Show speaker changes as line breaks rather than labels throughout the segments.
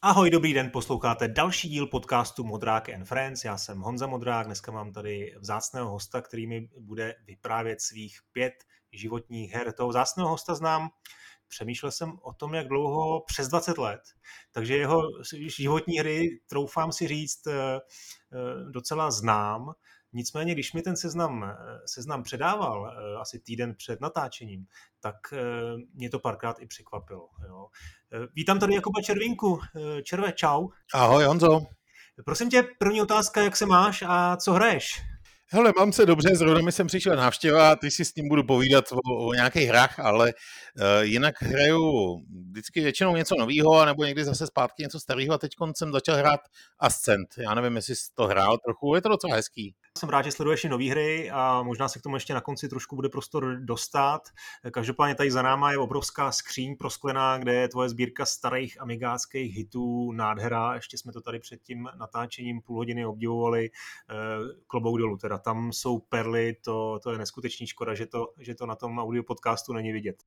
Ahoj, dobrý den, posloucháte další díl podcastu Modrák and Friends. Já jsem Honza Modrák, dneska mám tady vzácného hosta, který mi bude vyprávět svých 5 životních her. Toho vzácného hosta znám, přemýšlel jsem o tom, jak dlouho, přes 20 let, takže jeho životní hry, troufám si říct, docela znám. Nicméně, když mi ten seznam předával asi týden před natáčením, tak mě to párkrát i překvapilo. Jo. Vítám tady Jakuba Červínku. Červe, čau.
Ahoj, Honzo.
Prosím tě, první otázka, jak se máš a co hraješ?
Hele, mám se dobře, zrovna mi sem přišla návštěva a teď si s ním budu povídat o nějakých hrách, ale jinak hraju vždycky většinou něco nového, nebo někdy zase zpátky něco starého a teď jsem začal hrát Ascent. Já nevím, jestli jsi to hrál trochu, je to docela hezký.
Jsem rád, že sleduješ i nové hry a možná se k tomu ještě na konci trošku bude prostor dostat. Každopádně tady za náma je obrovská skříň prosklená, kde je tvoje sbírka starých amigáckých hitů, nádhera. Ještě jsme to tady před tím natáčením půl hodiny obdivovali, klobouk dolů. Teda tam jsou perly, to je neskutečný škoda, že to na tom audio podcastu není vidět.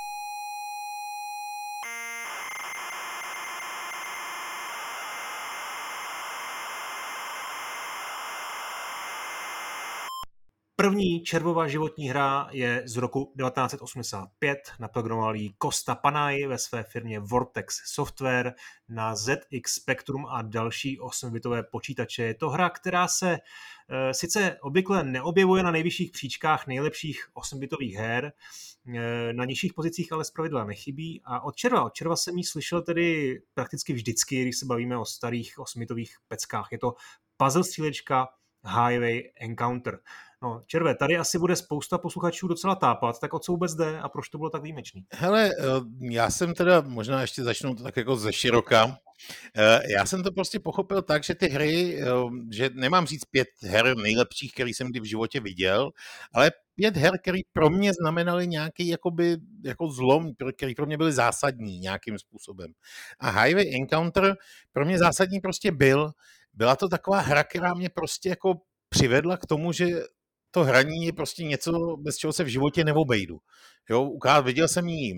První Červova životní hra je z roku 1985, naprogramoval ji Kosta Panay ve své firmě Vortex Software na ZX Spectrum a další 8-bitové počítače. Je to hra, která se sice obvykle neobjevuje na nejvyšších příčkách nejlepších 8-bitových her, na nižších pozicích ale zpravidla nechybí a od červa jsem ji slyšel tedy prakticky vždycky, když se bavíme o starých 8-bitových peckách. Je to puzzle střílečka Highway Encounter. No, Červe, tady asi bude spousta posluchačů docela tápat, tak o co vůbec jde a proč to bylo tak výjimečný?
Hele, já jsem teda, možná ještě začnu to tak jako ze široka, já jsem to prostě pochopil tak, že ty hry, že nemám říct 5 her nejlepších, který jsem kdy v životě viděl, ale 5 her, které pro mě znamenaly nějaký jako zlom, který pro mě byly zásadní nějakým způsobem. A Highway Encounter pro mě zásadní prostě byla to taková hra, která mě prostě jako přivedla k tomu, že to hraní je prostě něco, bez čeho se v životě neobejdu. Jo, viděl jsem ji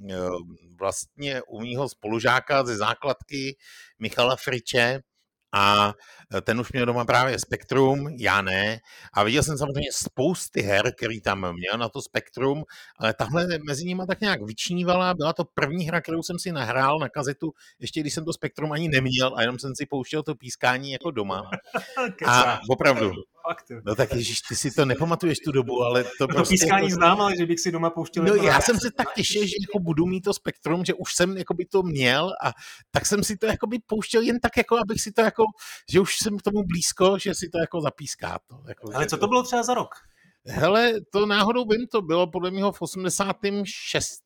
vlastně u mýho spolužáka ze základky Michala Friče a ten už měl doma právě Spektrum, já ne. A viděl jsem samozřejmě spousty her, který tam měl na to Spektrum, ale tahle mezi nimi tak nějak vyčnívala. Byla to první hra, kterou jsem si nahrál na kazetu, ještě když jsem to Spektrum ani neměl a jenom jsem si pouštěl to pískání jako doma. A opravdu. No tak ježiš, ty si to nepamatuješ tu dobu, ale to prostě...
pískání znám, ale že bych si doma pouštěl...
No já jsem se tak těšil, že jako budu mít to Spektrum, že už jsem jakoby to měl a tak jsem si to jakoby pouštěl jen tak, jako abych si to jako, že už jsem k tomu blízko, že si to jako zapíská. To, jako,
ale co to bylo třeba za rok?
Hele, to náhodou to bylo podle mého v 86.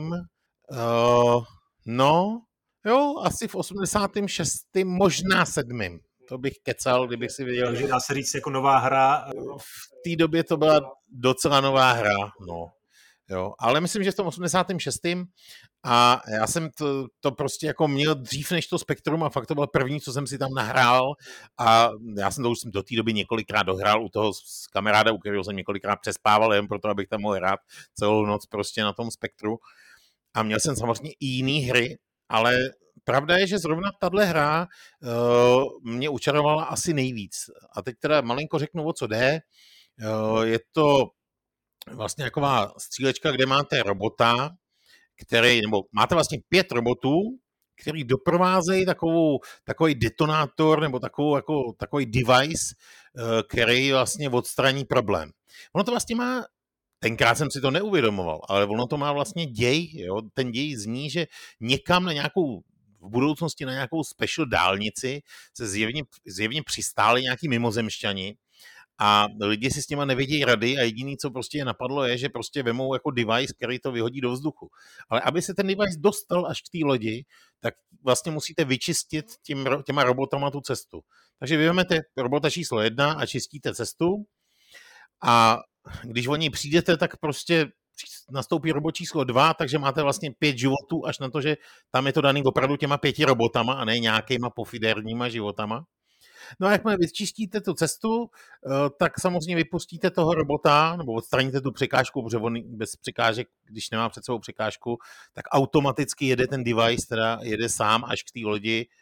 No, jo, asi v 86. možná 7. To bych kecal, kdybych si věděl.
Takže dá se říct jako nová hra.
V té době to byla docela nová hra, no. Jo, ale myslím, že v tom 86. A já jsem to prostě jako měl dřív než to Spektrum a fakt to bylo první, co jsem si tam nahrál a já jsem to už do té doby několikrát dohrál u toho kamaráda, u kterého jsem několikrát přespával jen proto, abych tam mohl hrát celou noc prostě na tom Spektru a měl jsem samozřejmě i jiný hry, ale pravda je, že zrovna tahle hra mě učarovala asi nejvíc. A teď teda malinko řeknu, o co jde. Je to vlastně taková střílečka, kde máte robota, nebo máte vlastně 5 robotů, který doprovázejí takový detonátor nebo takový device, který vlastně odstraní problém. Ono to vlastně má, tenkrát jsem si to neuvědomoval, ale ono to má vlastně děj, jo? Ten děj zní, že někam v budoucnosti na nějakou special dálnici se zjevně přistáli nějaký mimozemšťani a lidi si s těma nevědějí rady a jediný, co prostě je napadlo, je, že prostě vemou jako device, který to vyhodí do vzduchu. Ale aby se ten device dostal až k té lodi, tak vlastně musíte vyčistit těma robotama tu cestu. Takže vy vezmete robota číslo 1 a čistíte cestu a když o ní přijdete, tak prostě nastoupí robot číslo 2, takže máte vlastně 5 životů až na to, že tam je to daný opravdu těma 5 robotama a ne nějakýma pofidérníma životama. No a jakmile vyčistíte tu cestu, tak samozřejmě vypustíte toho robota, nebo odstraníte tu překážku, protože on bez překážek, když nemá před sebou překážku, tak automaticky jede ten device, teda jede sám až k té lodi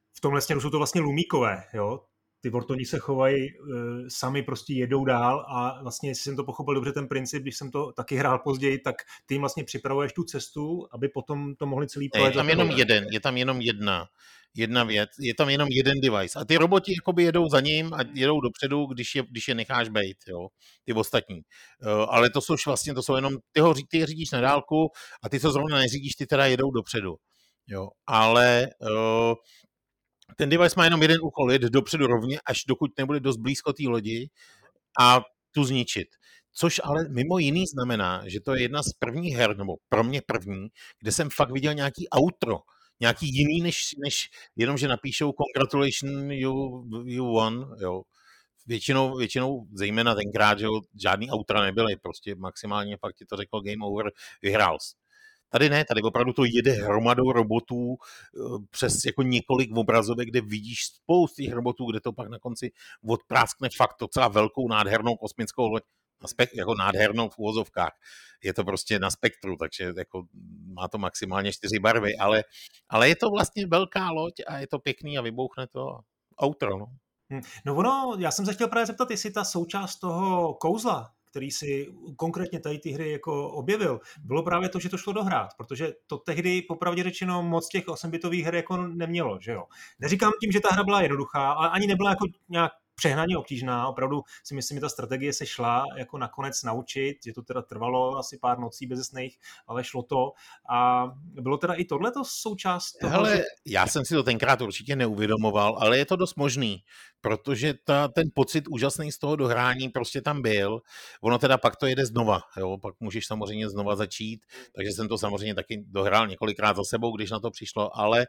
v tomhle směru jsou to vlastně lumíkové, jo. Ty Vortoni se chovají sami, prostě jedou dál a vlastně, jestli jsem to pochopil dobře, ten princip, když jsem to taky hrál později, tak ty jim vlastně připravuješ tu cestu, aby potom to mohli celý projet.
Je tam jenom jedna věc, je tam jenom jeden device a ty roboti jakoby jedou za ním a jedou dopředu, když je necháš bejt, jo, ty ostatní. Ale to jsou jenom, ty je řídíš na dálku a ty, co zrovna neřídíš, ty teda jedou dopředu, jo, ale ten device má jenom jeden úkol, jet dopředu rovně, až dokud nebude dost blízko té lodi a tu zničit. Což ale mimo jiný znamená, že to je jedna z prvních her, nebo pro mě první, kde jsem fakt viděl nějaký outro, nějaký jiný, než jenom, že napíšou congratulations, you won, jo. Většinou, zejména tenkrát, že žádný outra nebyly, prostě maximálně fakt ti to řekl game over, vyhrál jsi. Tady ne, tady opravdu to jede hromadou robotů přes jako několik obrazovek, kde vidíš spoustu těch robotů, kde to pak na konci odpráskne fakt docela velkou nádhernou kosmickou loď, jako nádhernou v úvozovkách. Je to prostě na spektru, takže jako má to maximálně 4 barvy, ale je to vlastně velká loď a je to pěkný a vybouchne to outro, no.
No ono, já jsem se chtěl právě zeptat, jestli ta součást toho kouzla, který si konkrétně tady ty hry jako objevil, bylo právě to, že to šlo dohrát, protože to tehdy popravdě řečeno moc těch 8-bitových her jako nemělo, že jo. Neříkám tím, že ta hra byla jednoduchá, ale ani nebyla jako nějak přehnaně obtížná, opravdu si myslím, že ta strategie se šla jako nakonec naučit, že to teda trvalo asi pár nocí bezesných, ale šlo to a bylo teda i tohleto součást toho,
hele, já jsem si to tenkrát určitě neuvědomoval, ale je to dost možný, protože ten pocit úžasný z toho dohrání prostě tam byl. Ono teda pak to jede znova, jo? Pak můžeš samozřejmě znova začít, takže jsem to samozřejmě taky dohrál několikrát za sebou, když na to přišlo, ale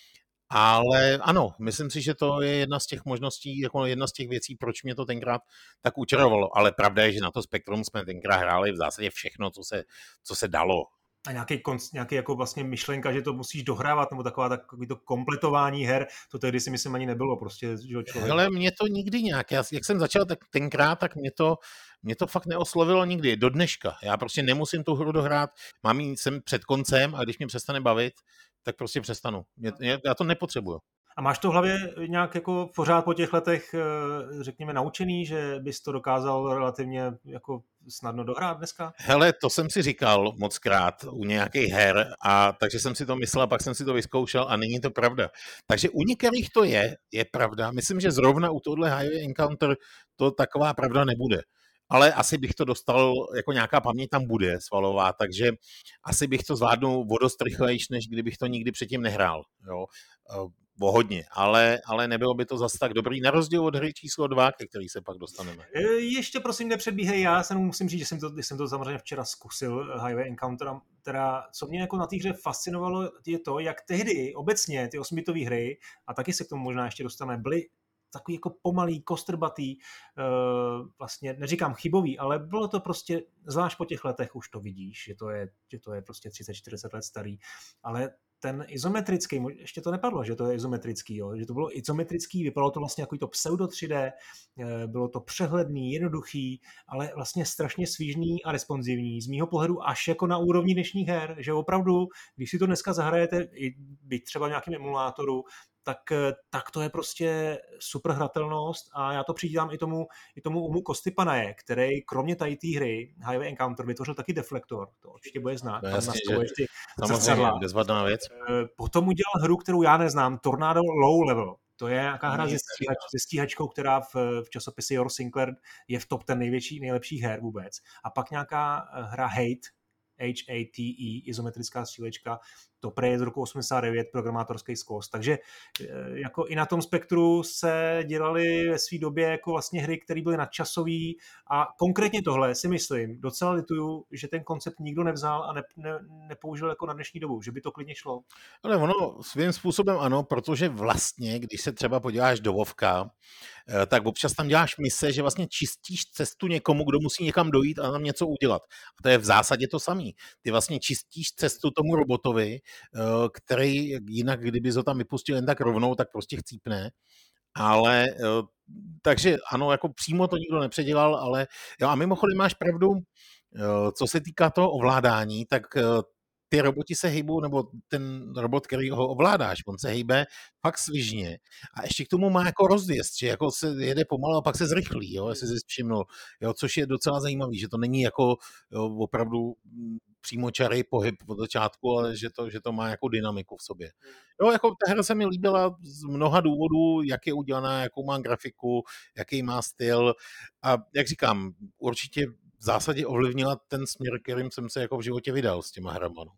ano, myslím si, že to je jedna z těch možností, jako jedna z těch věcí, proč mě to tenkrát tak učarovalo, ale pravda je, že na to Spektrum jsme tenkrát hráli v zásadě všechno, co se dalo.
A nějaký jako vlastně myšlenka, že to musíš dohrávat, nebo takový to kompletování her, to tehdy si myslím ani nebylo prostě, že člověk...
Hele, mě to nikdy nějak, jak jsem začal tenkrát, tak mě to fakt neoslovilo nikdy, do dneška. Já prostě nemusím tu hru dohrát, jsem před koncem a když mě přestane bavit, tak prostě přestanu. Já to nepotřebuju.
A máš to v hlavě nějak jako pořád po těch letech, řekněme, naučený, že bys to dokázal relativně jako snadno dohrát dneska?
Hele, to jsem si říkal mockrát u nějakých her, a takže jsem si to myslel, pak jsem si to vyzkoušel a není to pravda. Takže u některých to je pravda. Myslím, že zrovna u tohle Highway Encounter to taková pravda nebude. Ale asi bych to dostal, jako nějaká paměť tam bude svalová, takže asi bych to zvládnul o dost rychlejš, než kdybych to nikdy předtím nehrál. Jo. O hodně, ale nebylo by to zase tak dobrý, na rozdíl od hry číslo 2, ke který se pak dostaneme.
Ještě prosím nepředbíhej, já se musím říct, že jsem to samozřejmě včera zkusil, Highway Encounter, teda co mě jako na té hře fascinovalo, je to, jak tehdy obecně ty 8-bitové hry, a taky se k tomu možná ještě dostaneme, byly takový jako pomalý, kostrbatý, vlastně neříkám chybový, ale bylo to prostě, zvlášť po těch letech už to vidíš, že to je prostě 30-40 let starý, ale ten izometrický, ještě to nepadlo, že to je izometrický, jo? Že to bylo izometrický, vypadalo to vlastně jako to pseudo 3D, bylo to přehledný, jednoduchý, ale vlastně strašně svížný a responsivní, z mýho pohledu až jako na úrovni dnešních her, že opravdu, když si to dneska zahrajete, byť třeba v nějakém emulátoru, tak to je prostě super hratelnost a já to přidám i tomu Umu Kostipanaje, který kromě tady té hry Highway Encounter vytvořil taky Deflektor, to určitě bude znát.
No, jasně, samozřejmě, bezvadná věc.
Potom udělal hru, kterou já neznám, Tornado Low Level. To je nějaká hra se stíhačkou, která v časopise Your Sinclair je v top 10 nejlepších her vůbec. A pak nějaká hra HATE, izometrická střílečka, to je z roku 89, programátorský skvost. Takže jako i na tom spektru se dělaly ve své době jako vlastně hry, které byly nadčasový a konkrétně tohle si myslím, docela lituju, že ten koncept nikdo nevzal a nepoužil jako na dnešní dobu, že by to klidně šlo.
Ale ono svým způsobem ano, protože vlastně, když se třeba podíváš do Vovka, tak občas tam děláš mise, že vlastně čistíš cestu někomu, kdo musí někam dojít a tam něco udělat. A to je v zásadě to samé. Ty vlastně čistíš cestu tomu robotovi, který jinak, kdyby ho tam vypustil jen tak rovnou, tak prostě chcípne. Ale takže ano, jako přímo to nikdo nepředělal, ale jo, a mimochodem máš pravdu, co se týká toho ovládání, tak ty roboti se hejbou, nebo ten robot, který ho ovládáš, on se hejbe fakt svižně a ještě k tomu má jako rozjezd, že jako se jede pomalu a pak se zrychlí, jo, jestli jsi všimnul, jo, což je docela zajímavý, že to není jako jo, opravdu přímočarý pohyb od začátku, ale že to má jako dynamiku v sobě. Jo, jako ta hra se mi líbila z mnoha důvodů, jak je udělaná, jakou má grafiku, jaký má styl a jak říkám, určitě v zásadě ovlivnila ten směr, kterým jsem se jako v životě vydal s těma hrama. No.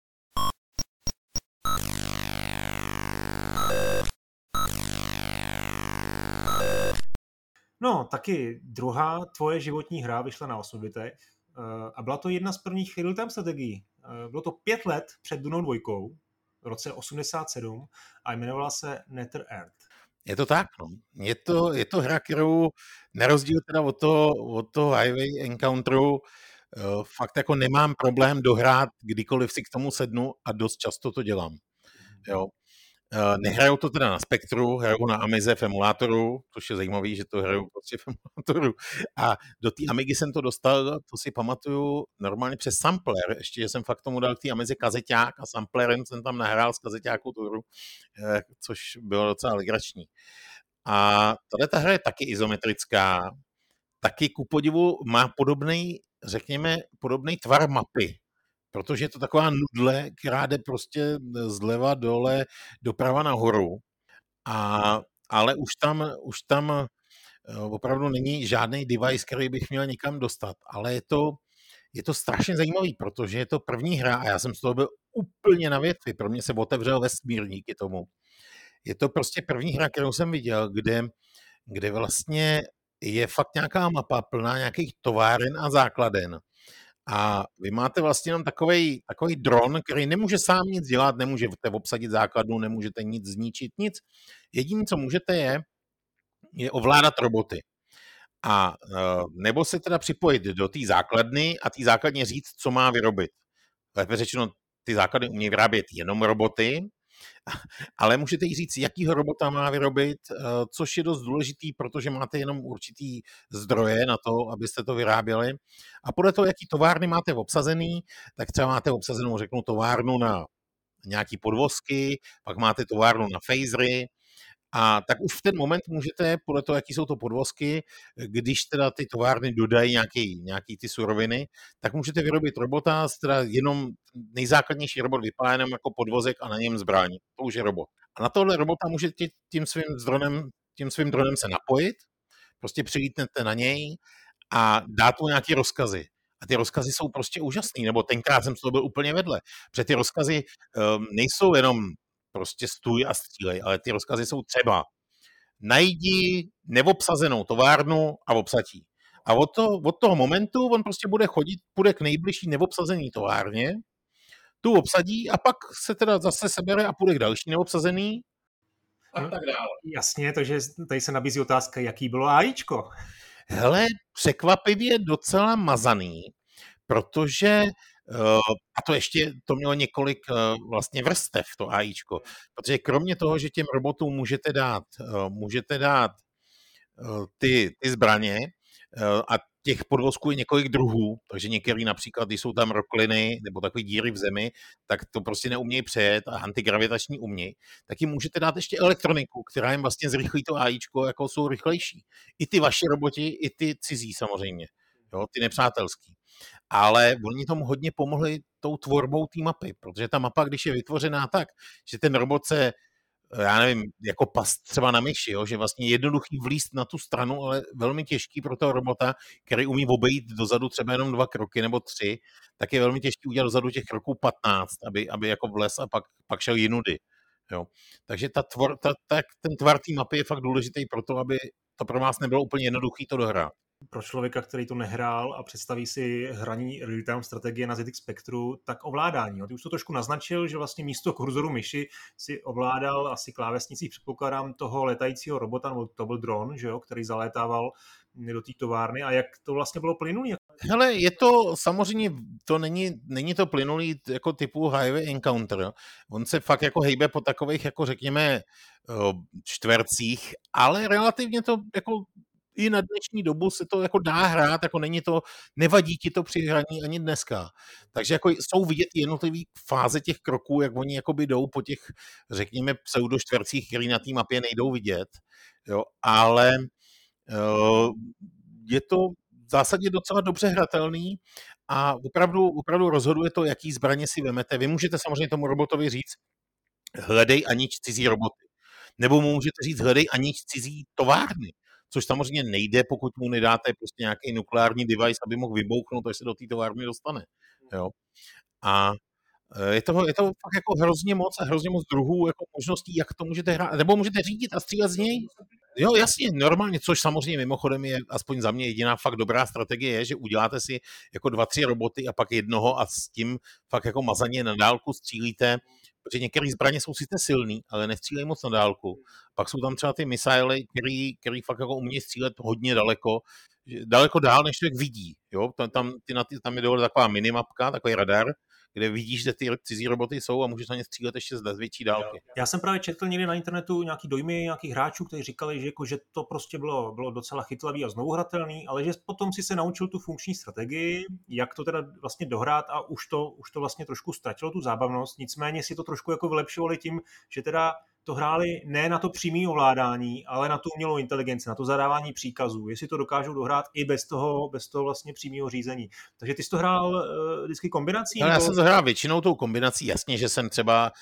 No, taky druhá tvoje životní hra vyšla na 8 bitech a byla to jedna z prvních real-time strategií. Bylo to 5 let před Dunou 2, v roce 87 a jmenovala se Nether Earth.
Je to tak, no. Je to hra, kterou na rozdíl teda od toho Highway Encounteru fakt jako nemám problém dohrát, kdykoliv si k tomu sednu a dost často to dělám. Jo. Nehrajou to teda na Spektru, hrajou na Amize v emulátoru, což je zajímavý, že to hrajou prostě v emulátoru. A do té Amigy jsem to dostal, to si pamatuju, normálně přes sampler, ještě že jsem fakt tomu dal k té Amize kazeťák a samplerem jsem tam nahrál z kazeťáku tu hru, což bylo docela legrační. A ta hra je taky izometrická, taky ku podivu má podobný tvar mapy, protože je to taková nudle, která jde prostě zleva dole, doprava nahoru. Ale už tam opravdu není žádný device, který bych měl někam dostat. Ale je to strašně zajímavý, protože je to první hra a já jsem z toho byl úplně na větvi. Pro mě se otevřel vesmír díky tomu. Je to prostě první hra, kterou jsem viděl, kde vlastně je fakt nějaká mapa plná nějakých továren a základen. A vy máte vlastně jenom takový dron, který nemůže sám nic dělat, nemůžete obsadit základnu, nemůžete nic zničit, nic. Jediné, co můžete, je ovládat roboty. A nebo se teda připojit do té základny a té základně říct, co má vyrobit. Lépe řečeno, ty základny umějí vyrábět jenom roboty, ale můžete jí říct, jakýho robota má vyrobit, což je dost důležitý, protože máte jenom určitý zdroje na to, abyste to vyráběli. A podle toho, jaký továrny máte obsazený, tak třeba máte obsazenou, řeknu, továrnu na nějaký podvozky, pak máte továrnu na phasery, a tak už v ten moment můžete, podle toho, jaký jsou to podvozky, když teda ty továrny dodají nějaký ty suroviny, tak můžete vyrobit robota, teda jenom nejzákladnější robot vypadá jenom jako podvozek a na něm zbraň. To už je robot. A na tohle robota můžete tím svým dronem se napojit, prostě přilítnete na něj a dát mu nějaké rozkazy. A ty rozkazy jsou prostě úžasný, nebo tenkrát jsem z toho byl úplně vedle. Protože ty rozkazy nejsou jenom prostě stůj a střílej, ale ty rozkazy jsou třeba najdi neobsazenou továrnu a obsatí. A od toho momentu on prostě bude chodit, půjde k nejbližší neobsazený továrně, tu obsadí a pak se teda zase sebere a půjde k další neobsazený a tak dále.
Jasně, takže tady se nabízí otázka, jaký bylo AIčko.
Hele, překvapivě docela mazaný, protože a to mělo několik vlastně vrstev, to AIčko, protože kromě toho, že těm robotům můžete dát ty zbraně a těch podvozků je několik druhů, takže některý například, když jsou tam rokliny nebo takové díry v zemi, tak to prostě neumějí přejet a antigravitační umějí, tak jim můžete dát ještě elektroniku, která jim vlastně zrychlí to AIčko, jako jsou rychlejší. I ty vaši roboti, i ty cizí samozřejmě, jo, ty nepřátelský. Ale oni tomu hodně pomohli tou tvorbou té mapy, protože ta mapa, když je vytvořená tak, že ten robot se, já nevím, jako past třeba na myši, jo, že vlastně jednoduchý vlízt na tu stranu, ale velmi těžký pro toho robota, který umí obejít dozadu třeba jenom 2 kroky nebo 3, tak je velmi těžký udělat dozadu těch kroků 15, aby jako vlez a pak šel jinudy. Jo. Takže ten tvar té mapy je fakt důležitý pro to, aby to pro vás nebylo úplně jednoduchý to dohrát.
Pro člověka, který to nehrál a představí si hraní real-time strategie na ZX Spectru, tak ovládání. Ty už to trošku naznačil, že vlastně místo kurzoru myši si ovládal asi klávesnicí, předpokládám, toho letajícího robota, nebo to byl dron, že jo, který zalétával do té továrny. A jak to vlastně bylo plynulý?
Hele, je to samozřejmě, to není to plynulý jako typu Highway Encounter. On se fakt jako hejbe po takových, jako řekněme, čtvercích, ale relativně to jako i na dnešní dobu se to jako dá hrát, jako není to, nevadí ti to při hraní ani dneska. Takže jako jsou vidět jednotlivý fáze těch kroků, jak oni jakoby jdou po těch, řekněme, pseudoštvercích, který na té mapě nejdou vidět, jo, ale je to v zásadě docela dobře hratelný a opravdu rozhoduje to, jaký zbraně si vemete. Vy můžete samozřejmě tomu robotovi říct, hledej a nič cizí roboty. Nebo mu můžete říct, hledej a nič cizí továrny. Což samozřejmě nejde, pokud mu nedáte prostě nějaký nukleární device, aby mohl vybouchnout, až se do té továrny dostane. Jo? A je to fakt jako hrozně moc druhů jako možností, jak to můžete hrát. Nebo můžete řídit a střílet z něj. Jo, jasně, normálně, což samozřejmě mimochodem je aspoň za mě jediná fakt dobrá strategie je, že uděláte si jako 2-3 roboty a pak jednoho a s tím fakt jako mazaně na dálku střílíte, protože některé zbraně jsou sice silný, ale nestřílejí moc na dálku. Pak jsou tam třeba ty misaily, který fakt jako umějí střílet hodně daleko dál, než člověk vidí. Jo? Tam je dole taková minimapka, takový radar, kde vidíš, že ty cizí roboty jsou a můžeš na ně střílet ještě z větší dálky.
Já jsem právě četl někdy na internetu nějaký dojmy nějakých hráčů, kteří říkali, že to prostě bylo docela chytlavý a znovu hratelný, ale že potom si se naučil tu funkční strategii, jak to teda vlastně dohrát a už to vlastně trošku ztratilo tu zábavnost, nicméně si to trošku jako vylepšovali tím, že teda to hráli ne na to přímé ovládání, ale na tu umělou inteligenci, na to zadávání příkazů, jestli to dokážou dohrát i bez toho vlastně přímého řízení. Takže ty jsi to hrál vždycky kombinací?
No, já jsem to hrál většinou tou kombinací, jasně, že jsem třeba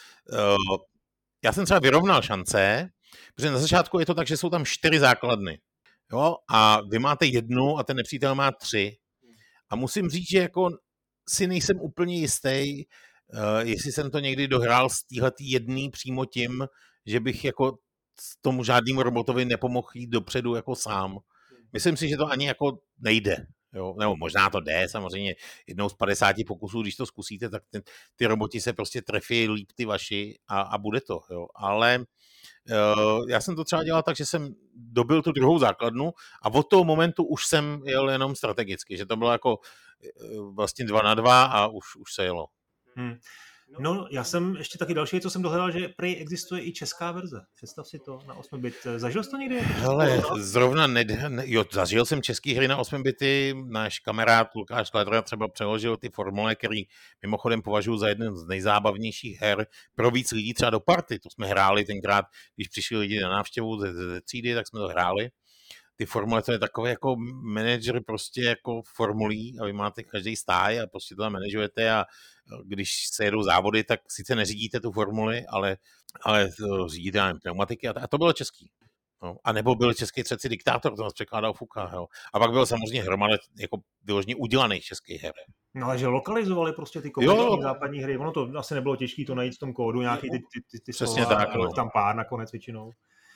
vyrovnal šance, protože na začátku je to tak, že jsou tam 4 základny. Jo? A vy máte 1 a ten nepřítel má 3. A musím říct, že jako si nejsem úplně jistý, jestli jsem to někdy dohrál z téhletý jedný přímo tím, že bych jako tomu žádnému robotovi nepomohl jít dopředu jako sám. Myslím si, že to ani jako nejde. Jo? Nebo možná to jde, samozřejmě jednou z 50 pokusů, když to zkusíte, tak ty roboti se prostě trefí líp ty vaši a bude to. Jo? Ale já jsem to třeba dělal tak, že jsem dobil tu druhou základnu a od toho momentu už jsem jel jenom strategicky, že to bylo jako vlastně 2-2 a už se jelo.
No, já jsem ještě taky další věc, co jsem dohledal, že prý existuje i česká verze. Představ si to na 8 bit. Zažil jsi to někdy?
Hele, zrovna zažil jsem český hry na 8 bity. Náš kamarád Lukáš Kledra třeba přeložil ty formule, který mimochodem považuji za jeden z nejzábavnějších her pro víc lidí třeba do party. To jsme hráli tenkrát, když přišli lidi na návštěvu ze třídy, tak jsme to hráli. Ty formule, to je takový jako manager prostě jako formulí a vy máte každý stáj a prostě to tam manažujete a když se jedou závody, tak sice neřídíte tu formuli, ale řídíte pneumatiky a to bylo český. No. A nebo byl český třeci diktátor, to nás překládal Fuka. Jo. A pak byl samozřejmě hromada jako vyloženě udělaných českých her.
No ale že lokalizovali prostě ty komerční západní hry, ono to asi nebylo těžké to najít v tom kódu, nějaký ty
přesně
slova,
tak, no.
Tam pár nakonec většinou.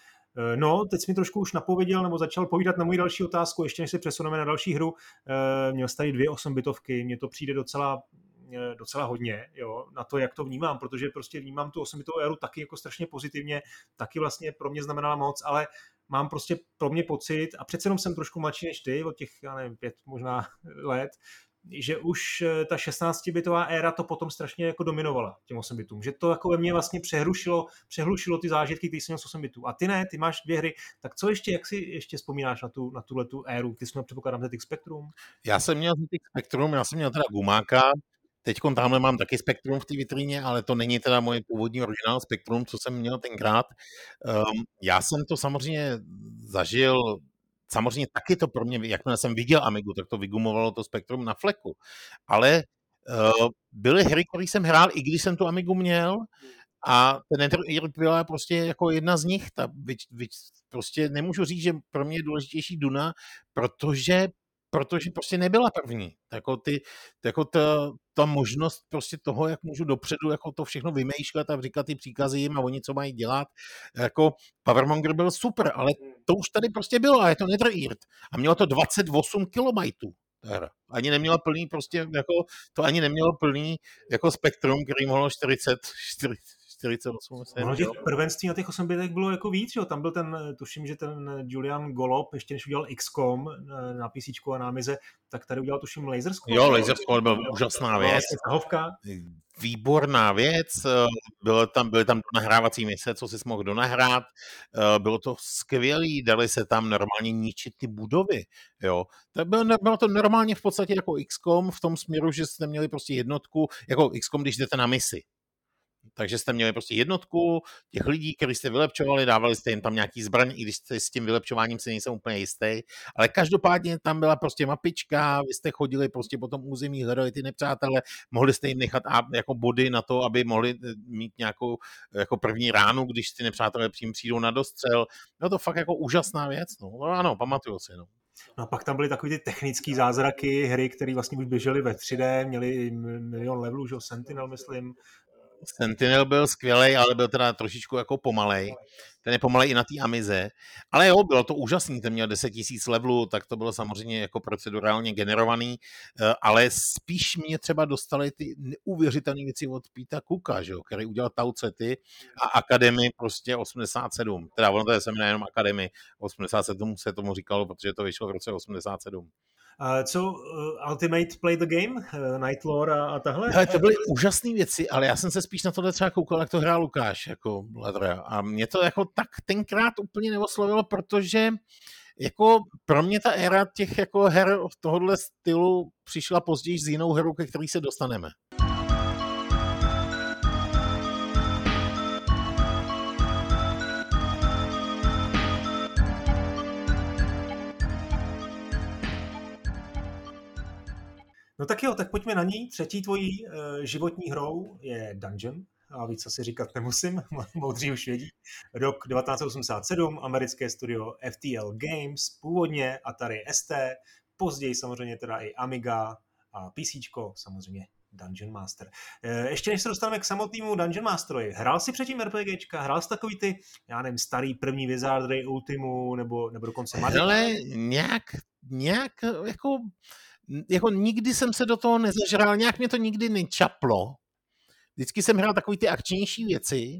No, teď jsi mi trošku už napověděl, nebo začal povídat na moji další otázku, ještě než se přesuneme na další hru. Měl jsi tady 2 8bitovky, mně to přijde docela hodně, jo, na to, jak to vnímám, protože prostě vnímám tu 8bitovou éru taky jako strašně pozitivně, taky vlastně pro mě znamenala moc, ale mám prostě pro mě pocit, a přece jenom jsem trošku mladší než ty, od těch, já nevím, 5 možná let, že už ta 16-bitová éra to potom strašně jako dominovala těm 8 bitům, že to jako ve mně vlastně přehlušilo ty zážitky, které jsem měl z 8 bitů. A ty ne, ty máš 2 hry, tak co ještě, jak si ještě vzpomínáš na tuhletu éru? Ty jsi měl, předpokládám, ZX Spectrum?
Já jsem měl ZX Spectrum, já jsem měl teda gumáka, teďkon tamhle mám taky Spektrum v té vitríně, ale to není teda moje původní originál Spektrum, co jsem měl tenkrát. Já jsem to samozřejmě zažil, samozřejmě taky to pro mě, jakmile jsem viděl Amigu, tak to vygumovalo to Spektrum na fleku. Ale byly hry, které jsem hrál, i když jsem tu Amigu měl, a ten Enter byla prostě jako jedna z nich. Prostě nemůžu říct, že pro mě je důležitější Duna, protože prostě nebyla první. Ta možnost prostě toho, jak můžu dopředu jako to všechno vymýšlet a říkat ty příkazy jim a oni co mají dělat. Jako Powermonger byl super, ale to už tady prostě bylo a je to Netherrealm. A mělo to 28 kilobajtů. Ani nemělo plný prostě, jako, to ani nemělo plný jako Spektrum, který mohlo 40 48, myslím,
Ono těch
jo.
prvenství na těch 8 bitech bylo jako víc, jo. Tam byl ten, tuším, že ten Julian Golob, ještě než udělal XCOM na PC a na Amize, tak tady udělal tuším Laser Squad.
Jo, Laser Squad byl úžasná věc.
Vlastně tahovka.
Výborná věc, byly tam nahrávací mise, co si mohl donahrát, bylo to skvělý, dali se tam normálně ničit ty budovy, jo. Bylo to normálně v podstatě jako XCOM v tom směru, že jste měli prostě jednotku, jako XCOM, když jdete na misi. Takže jste měli prostě jednotku těch lidí, kteří jste vylepčovali, dávali jste jim tam nějaký zbraň, i když jste s tím vylepčováním si nejsem úplně jistý, ale každopádně tam byla prostě mapička, vy jste chodili prostě po tom území, hledali ty nepřátele, mohli jste jim nechat jako body na to, aby mohli mít nějakou jako první ránu, když ty nepřátelé přijdou na dostřel. No to fakt jako úžasná věc, no ano, pamatuju si, no.
No a pak tam byly takový ty technické zázraky, hry, které vlastně už běžely ve 3D, měly milion levelů, že Sentinel, myslím.
Sentinel byl skvělej, ale byl teda trošičku jako pomalej. Ten je pomalej i na té Amize. Ale jo, bylo to úžasný, ten měl 10 000 levelů, tak to bylo samozřejmě jako procedurálně generovaný, ale spíš mě třeba dostali ty neuvěřitelné věci od Peta Cooka, že jo, který udělal Tau Ceti a Academy prostě 87. Teda ono to se jmenuje jenom Academy 87 se tomu říkalo, protože to vyšlo v roce 87.
Co Ultimate Play the Game, Night Lore a tahle?
Hele, to byly úžasné věci, ale já jsem se spíš na tohle třeba koukal, jak to hrál Lukáš, jako Ledra. A mě to jako tak tenkrát úplně neoslovilo, protože jako pro mě ta éra těch jako her tohohle stylu přišla později s jinou herou, ke který se dostaneme.
No tak jo, tak pojďme na ní. Třetí tvojí životní hrou je Dungeon. A víc asi říkat nemusím, moudří už vědí. Rok 1987, americké studio FTL Games, původně Atari ST, později samozřejmě teda i Amiga a PC, samozřejmě Dungeon Master. Ještě než se dostaneme k samotnému Dungeon Masterovi, hrál jsi předtím RPGčka, hrál jsi takový ty, já nevím, starý první Wizardry, Ultimu, nebo dokonce Magic?
Hele, nějak jako nikdy jsem se do toho nezažral, nějak mě to nikdy nečaplo. Vždycky jsem hrál takový ty akčnější věci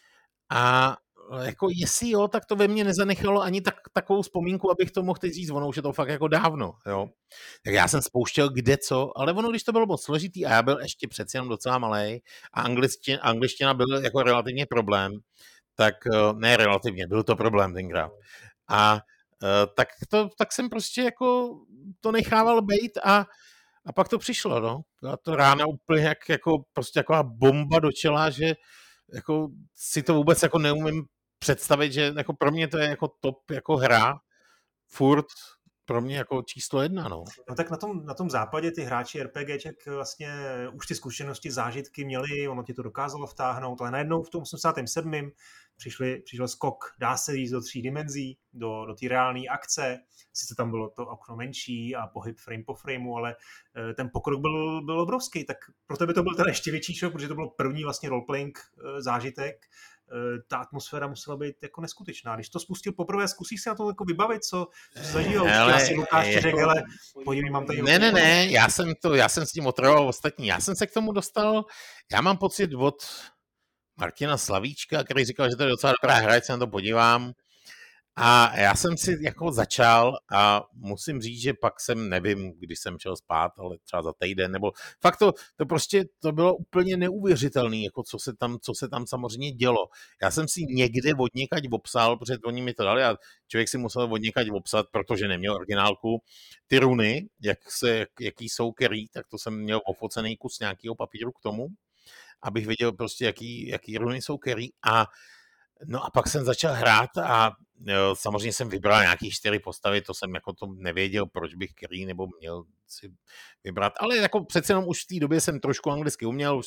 a jako jestli jo, tak to ve mně nezanechalo ani takovou vzpomínku, abych to mohl teď říct, ono už je to fakt jako dávno, jo. Tak já jsem spouštěl kde co, ale ono, když to bylo moc složitý a já byl ještě přeci jenom docela malej a angličtina byl jako relativně problém, tak ne relativně, byl to problém tenkrát. A tak jsem prostě jako to nechával bejt a pak to přišlo, no. Byla to rána úplně jako prostě taková bomba do čela, že jako si to vůbec jako neumím představit, že jako pro mě to je jako top jako hra, furt pro mě jako číslo 1, no.
No tak na tom západě ty hráči RPGček vlastně už ty zkušenosti, zážitky měli, ono ti to dokázalo vtáhnout, ale najednou v tom 87. přišel skok, dá se jít do 3 dimenzí, do té reálné akce, sice tam bylo to okno menší a pohyb frame po frameu, ale ten pokrok byl obrovský, tak pro tebe to byl teda ještě větší šok, protože to byl první vlastně roleplaying zážitek, ta atmosféra musela být jako neskutečná. Když to spustil poprvé, zkusíš si na to jako vybavit, co zažíval? Já si Lukáš řekl, hele, podívej, mám tady...
Ne, já jsem s tím otravoval ostatní. Já jsem se k tomu dostal, já mám pocit od Martina Slavíčka, který říkal, že to je docela dobrá hra, ať se na to podívám. A já jsem si jako začal a musím říct, že pak jsem, nevím, když jsem šel spát, ale třeba za týden, nebo fakt to prostě, to bylo úplně neuvěřitelné, jako co se tam samozřejmě dělo. Já jsem si někde od někať obsal, protože oni mi to dali a člověk si musel od někať obsat, protože neměl originálku, ty runy, jaký jsou kerý, tak to jsem měl ofocený kus nějakého papíru k tomu, abych věděl prostě, jaký runy jsou kerý no a pak jsem začal hrát a jo, samozřejmě jsem vybral nějaký 4 postavy, to jsem jako to nevěděl, proč bych který nebo měl si vybrat, ale jako přece jenom už v té době jsem trošku anglicky uměl,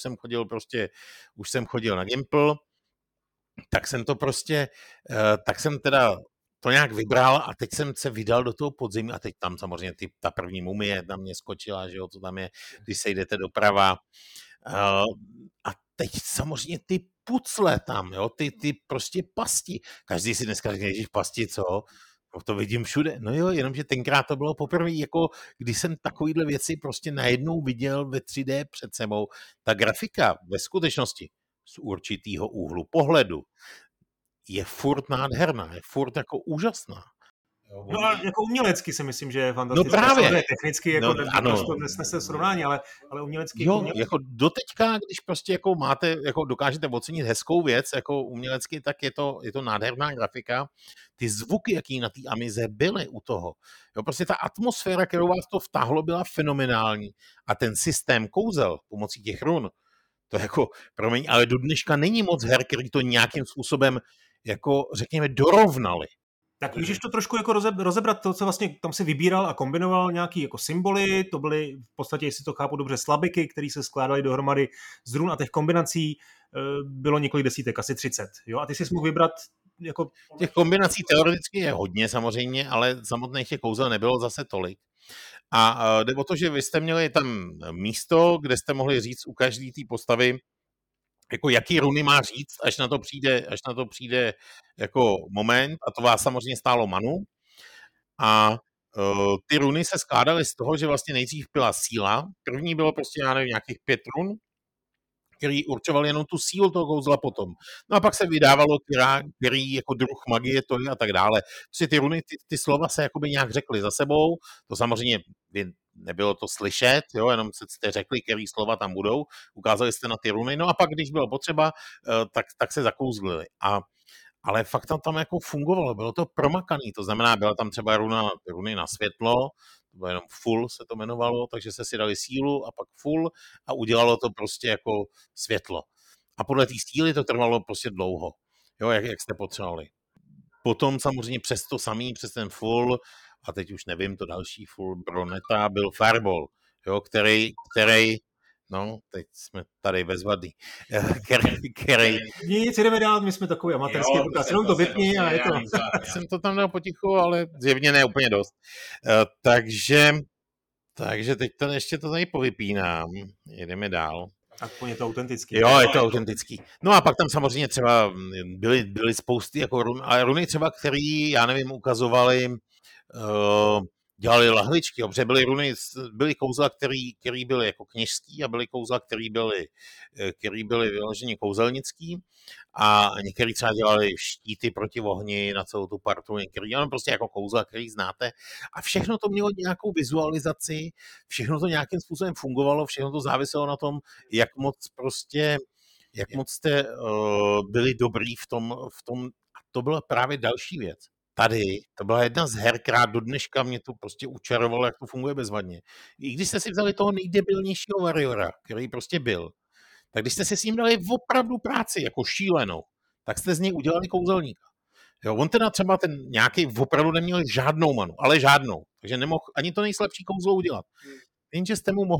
už jsem chodil na Gimple, tak jsem teda to nějak vybral a teď jsem se vydal do toho podzemí a teď tam samozřejmě ta první mumie tam mě skočila, že jo, co tam je, když se jdete doprava a teď samozřejmě ty pucle tam, jo, ty prostě pasti. Každý si dneska řekne, že pasti, co? No to vidím všude. No jo, jenomže tenkrát to bylo poprvé, jako když jsem takovýhle věci prostě najednou viděl ve 3D před sebou. Ta grafika ve skutečnosti z určitého úhlu pohledu je furt nádherná, je furt jako úžasná.
No a jako umělecky si myslím, že je fantastická.
No právě.
Samozřejmě technicky jako
ano.
to nesnese srovnání, ale umělecky...
Jo, jako doteďka, když prostě jako máte, jako dokážete ocenit hezkou věc, jako umělecky, tak je to nádherná grafika. Ty zvuky, jaký na té Amize byly u toho. Jo, prostě ta atmosféra, kterou vás to vtáhlo, byla fenomenální. A ten systém kouzel pomocí těch run, to jako, promiň, ale do dneška není moc her, který to nějakým způsobem, jako řekněme, dorovnali.
Tak můžeš to trošku jako rozebrat to, co vlastně tam si vybíral a kombinoval nějaký jako symboly, to byly v podstatě, jestli to chápu dobře, slabiky, které se skládaly dohromady z run a těch kombinací bylo několik desítek, asi 30. Jo? A ty si mohl vybrat jako...
Těch kombinací teoreticky je hodně samozřejmě, ale samotných těch kouzel nebylo zase tolik. A jde o to, že vy jste měli tam místo, kde jste mohli říct u každé té postavy, jako jaký runy má říct, až na to přijde jako moment, a to vás samozřejmě stálo manu. A ty runy se skládaly z toho, že vlastně nejdřív byla síla. První bylo prostě, já nevím, nějakých 5 run, který určoval jenom tu sílu toho kouzla potom. No a pak se vydávalo, který jako druh magie to je a tak dále. Prostě ty runy, ty slova se jakoby nějak řekly za sebou, to samozřejmě nebylo to slyšet, jo, jenom jste řekli, který slova tam budou, ukázali jste na ty runy, no a pak, když bylo potřeba, tak se zakouzlili. Ale fakt tam jako fungovalo, bylo to promakaný, to znamená, byla tam třeba runy na světlo, to bylo jenom full se to jmenovalo, takže se si dali sílu a pak full a udělalo to prostě jako světlo. A podle té síly to trvalo prostě dlouho, jo, jak jste potřebovali. Potom samozřejmě přes to samý, přes ten full, a teď už nevím, to další full Broneta byl Fireball, jo, který no, teď jsme tady bezvadný. Který...
Nic, jdeme dál, my jsme takový amatérský podcast, jenom to vypni a je to.
Jsem to tam dal potichu, ale zjevně ne úplně dost. Takže teď to ještě to tady povypínám. Jedeme dál.
Tak je to autentický.
Jo, je to autentický. No a pak tam samozřejmě třeba byly spousty jako run, ale runy třeba, který, já nevím, ukazovali dělali lahvičky, protože byly kouzla, který byly jako kněžský a byly kouzla, který byly vyloženě kouzelnický a některý třeba dělali štíty proti ohni na celou tu partu, některý prostě jako kouzla, který znáte a všechno to mělo nějakou vizualizaci, všechno to nějakým způsobem fungovalo, všechno to záviselo na tom, jak moc jste byli dobrý v tom a to byla právě další věc. Tady, to byla jedna z her, která do dneška mě to prostě učarovalo, jak to funguje bezvadně. I když jste si vzali toho nejdebilnějšího Warriora, který prostě byl, tak když jste si s ním dali opravdu práci, jako šílenou, tak jste z něj udělali kouzelníka. Jo, on teda třeba ten nějaký opravdu neměl žádnou manu, ale žádnou, takže nemohl ani to nejslabší kouzlo udělat. Jenže jste mu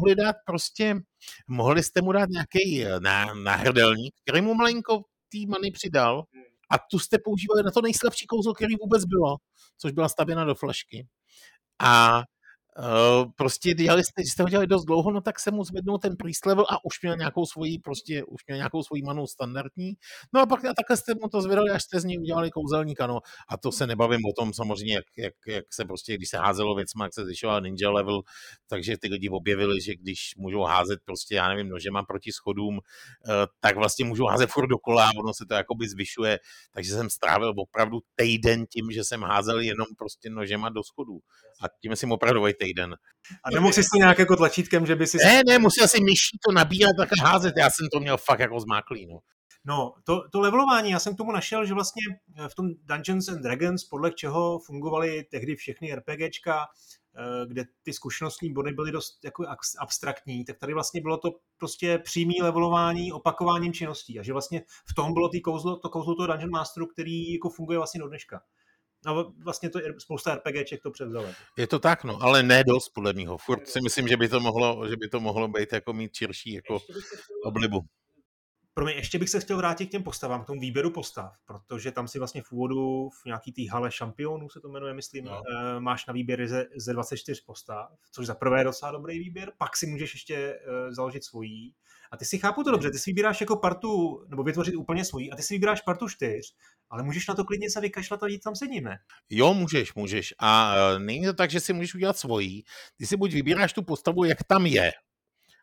mohli jste mu dát nějaký náhrdelník, který mu malinko tý many přidal, a tu jste používali na to nejslabší kouzlo, který vůbec bylo, což byla stavěna do flašky. A prostě když jste ho dělali dost dlouho, no tak se mu zvednul ten priest level a už měl nějakou svoji manu standardní. No a pak takhle jste mu to zvedali, až jste z něj udělali kouzelníka, no. A to se nebavím o tom samozřejmě, jak se prostě, když se házelo věcma, jak se zvyšoval ninja level, takže ty lidi objevili, že když můžou házet prostě, já nevím, nožema proti schodům, tak vlastně můžou házet furt dokola, ono se to jakoby zvyšuje, takže jsem strávil opravdu týden tím, že jsem házel jenom prostě nožema do schodů. A tím jsem opravdu týden.
A nemohl jsi to nějak jako tlačítkem, že by si...
Ne, musel si myší to nabírat tak a házet, já jsem to měl fakt jako zmáklý, no.
No, to levelování, já jsem k tomu našel, že vlastně v tom Dungeons and Dragons, podle čeho fungovaly tehdy všechny RPGčka, kde ty zkušenostní body byly dost jako abstraktní, tak tady vlastně bylo to prostě přímý levelování opakováním činností a že vlastně v tom bylo to kouzlo toho Dungeon Masteru, který jako funguje vlastně do dneška. A vlastně to spousta RPGček to převzalo.
Je to tak, no, ale ne dost podle mýho. Furt si myslím, že by to mohlo být jako mít širší jako oblibu.
Pro mě ještě bych se chtěl vrátit k těm postavám, k tomu výběru postav, protože tam si vlastně v úvodu v nějaký té hale šampionů se to jmenuje, myslím, máš na výběr ze 24 postav, což za prvé je docela dobrý výběr, pak si můžeš ještě založit svojí. A ty si chápu to dobře, ty si vybíráš jako partu, nebo vytvořit úplně svojí, a ty si vybíráš partu 4, ale můžeš na to klidně se vykašlat a jít tam sedím, ne?
Jo, můžeš. A není to tak, že si můžeš udělat svojí. Ty si buď vybíráš tu postavu, jak tam je,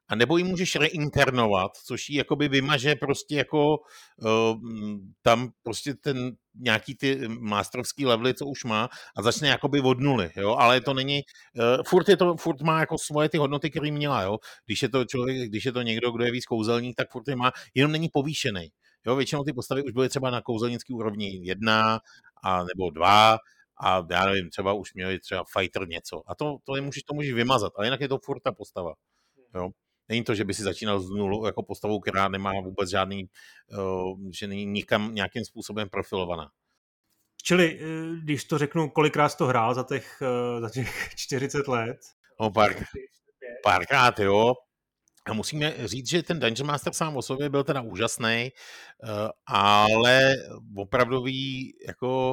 a nebo ji můžeš reinternovat, což ji jakoby vymaže prostě jako tam prostě ten nějaký ty masterovský levely, co už má a začne jakoby od nuly, jo, ale to není, furt má jako svoje ty hodnoty, které měla, jo, když je to někdo, kdo je víc kouzelník, tak furt je má, jenom není povýšený, jo, většinou ty postavy už byly třeba na kouzelnický úrovni 1 a nebo 2 a já nevím, třeba už měli třeba fighter něco a to můžeš vymazat, ale jinak je to furt ta postava, jo. Není to, že by si začínal z nulu jako postavou, která nemá vůbec žádný, že není nikam nějakým způsobem profilovaná.
Čili, když to řeknu, kolikrát jsi to hrál za těch 40 let?
No, párkrát, jo. A musíme říct, že ten Dungeon Master sám o sobě byl teda úžasný, ale opravdový jako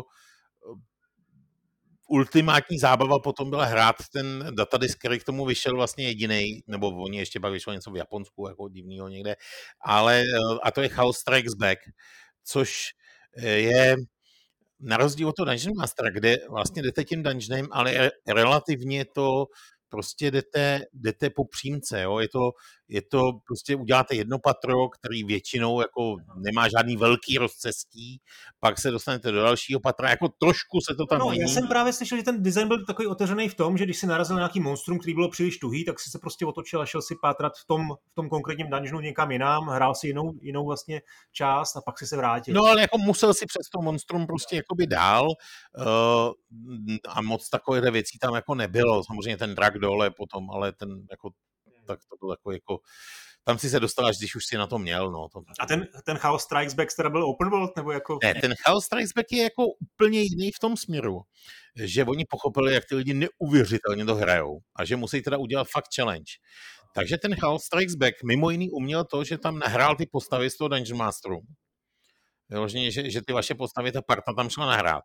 ultimátní zábava potom byla hrát ten datadisk, který k tomu vyšel vlastně jedinej, nebo oni ještě pak vyšlo něco v Japonsku, jako divnýho někde, ale a to je Chaos Strikes Back, což je na rozdíl od toho Dungeon Mastera, kde vlastně jdete tím dungeonem, ale relativně to prostě jdete po přímce, jo? Je to prostě uděláte jedno patro, který většinou jako nemá žádný velký rozcestí, pak se dostanete do dalšího patra, jako trošku se to tam mění.
Já jsem právě slyšel, že ten design byl takový otevřený v tom, že když si narazil na nějaký monstrum, který bylo příliš tuhý, tak si se prostě otočil a šel si pátrat v tom konkrétním dungeonu někam jinam, hrál si jinou vlastně část a pak si se vrátil.
No ale jako musel si přes to monstrum prostě jakoby dál a moc takových věcí tam jako nebylo. Samozřejmě ten drak dole potom, ale ten jako tak to bylo jako tam si se dostal, až když už si na to měl. No.
A ten Chaos Strikes Back teda byl open world? Nebo jako...
Ne, ten Chaos Strikes Back je jako úplně jiný v tom směru, že oni pochopili, jak ty lidi neuvěřitelně to hrajou a že musí teda udělat fakt challenge. Takže ten Chaos Strikes Back mimo jiný uměl to, že tam nahrál ty postavy z toho Dungeon Masteru. Vyloženě, že ty vaše postavy, ta parta tam šla nahrát.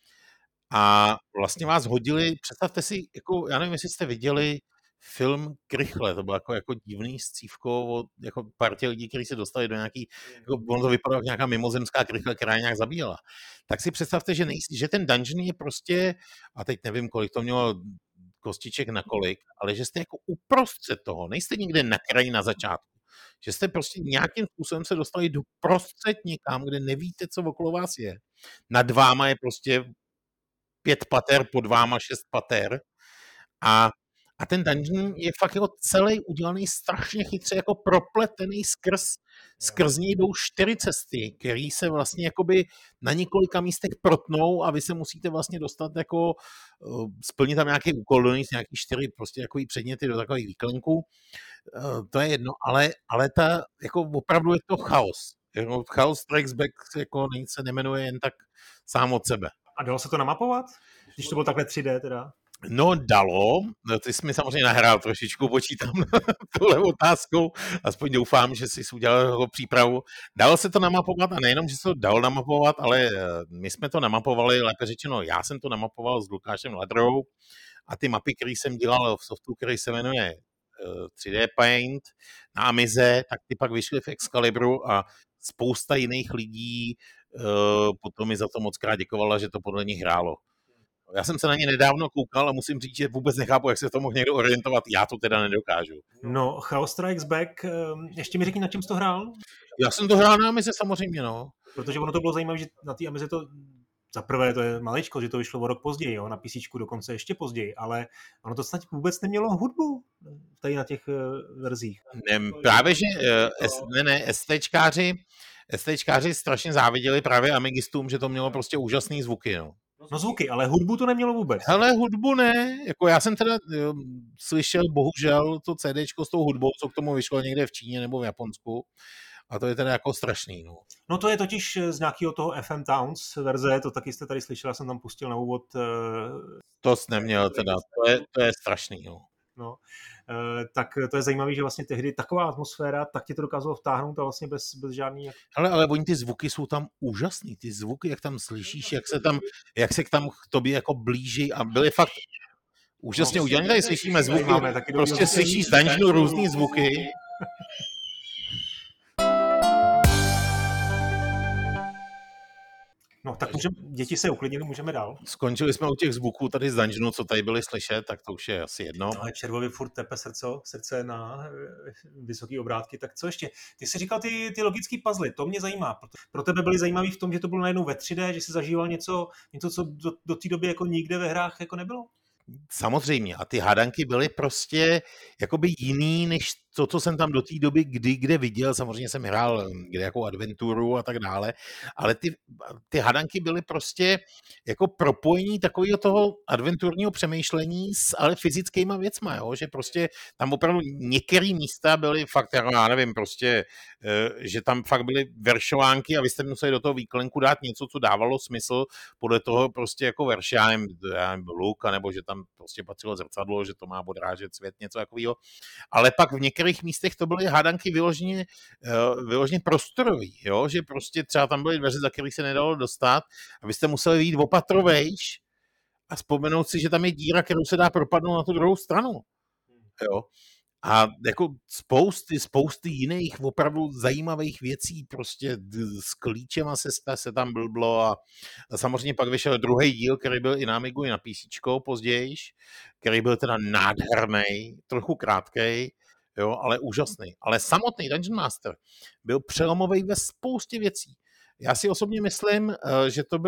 A vlastně vás hodili, představte si, jako, já nevím, jestli jste viděli film Krychle, to bylo jako divný scívko od jako partě lidí, kteří se dostali do nějaký, jako, ono to vypadalo jako nějaká mimozemská krychle, která je nějak zabíjela. Tak si představte, že ten dungeon je prostě, a teď nevím, kolik to mělo kostiček na kolik, ale že jste jako uprostřed toho, nejste někde na kraji na začátku, že jste prostě nějakým způsobem se dostali do prostřed někam, kde nevíte, co okolo vás je. Nad váma je prostě 5 pater, pod váma 6 pater a ten dungeon je fakt jako celý udělaný strašně chytře, jako propletený skrz něj jdou 4 cesty, které se vlastně jakoby na několika místech protnou a vy se musíte vlastně dostat jako, splnit tam nějaký úkol, donést nějaký 4 prostě jako předměty do takových výklenků. To je jedno, ale ta, jako opravdu je to chaos. Chaos Strikes Back jako se nemenuje jen tak sám od sebe.
A dalo se to namapovat? Když to bylo takhle 3D teda?
No dalo, ty jsi mi samozřejmě nahrál trošičku, počítám tuhle otázkou, aspoň doufám, že jsi udělal přípravu. Dalo se to namapovat a nejenom, že se to dalo namapovat, ale my jsme to namapovali, lépe řečeno, já jsem to namapoval s Lukášem Ladrou a ty mapy, které jsem dělal v softu, který se jmenuje 3D Paint na Amize, tak ty pak vyšly v Excalibru a spousta jiných lidí potom mi za to moc krát děkovala, že to podle nich hrálo. Já jsem se na ně nedávno koukal a musím říct, že vůbec nechápu, jak se v tom mohl někdo orientovat. Já to teda nedokážu.
No, Chaos Strikes Back, ještě mi řekni, na čem jsi to hrál?
Já jsem to hrál na Amize samozřejmě, no.
Protože ono to bylo zajímavé, že na té Amize to za prvé to je maličko, že to vyšlo o rok později, jo, na PCčku dokonce ještě později, ale ono to snad vůbec nemělo hudbu tady na těch verzích.
Ne, právě, že STčkáři strašně záviděli právě Amigistům, že to mělo prostě úžasný zvuky, no.
No zvuky, ale hudbu to nemělo vůbec.
Hele, hudbu ne, jako já jsem teda slyšel bohužel to CDčko s tou hudbou, co k tomu vyšlo někde v Číně nebo v Japonsku. A to je teda jako strašný, no.
No to je totiž z nějakého toho FM Towns verze, to taky jste tady slyšeli, já jsem tam pustil na úvod.
To jsi neměl teda, to je strašný, no.
No, tak to je zajímavé, že vlastně tehdy taková atmosféra, tak ti to dokázalo vtáhnout a vlastně bez žádný...
Ale oni ty zvuky jsou tam úžasný, ty zvuky, jak tam slyšíš, jak se tam k tobě jako blíží a byly fakt úžasně udělané. Tady slyšíme zvuky, prostě slyšíš z dungeonu různý zvuky.
No, tak děti se uklidnili, můžeme dál.
Skončili jsme u těch zvuků tady z dungeonu, co tady byly slyšet, tak to už je asi jedno.
No, ale Červovi furt tepe srdce na vysoký obrátky, tak co ještě? Ty jsi říkal ty logický puzzle, to mě zajímá. Pro tebe byly zajímavý v tom, že to bylo najednou ve 3D, že jsi zažíval něco co do té doby jako nikde ve hrách jako nebylo?
Samozřejmě. A ty hádanky byly prostě jakoby jiný, než to, co jsem tam do té doby kde viděl. Samozřejmě jsem hrál jakou adventuru a tak dále, ale ty hádanky byly prostě jako propojení takového toho adventurního přemýšlení s ale fyzickýma věcma, jo? Že prostě tam opravdu některé místa byly fakt, já nevím, prostě, že tam fakt byly veršovánky a vy jste museli do toho výklenku dát něco, co dávalo smysl podle toho prostě jako verše, já nevím, luk, nebo že tam prostě patřilo zrcadlo, že to má odrážet svět, něco takového. Ale pak v některých místech to byly hádanky vyloženě prostorový, jo? Že prostě třeba tam byly dveře, za které se nedalo dostat a vy jste museli vyjít opatrovejš a vzpomenout si, že tam je díra, kterou se dá propadnout na tu druhou stranu. Jo? A jako spousty jiných opravdu zajímavých věcí, prostě s klíčema se tam blblo a samozřejmě pak vyšel druhý díl, který byl i na Amigu, i na PC později, který byl teda nádherný, trochu krátkej, jo, ale úžasný. Ale samotný Dungeon Master byl přelomový ve spoustě věcí. Já si osobně myslím, že to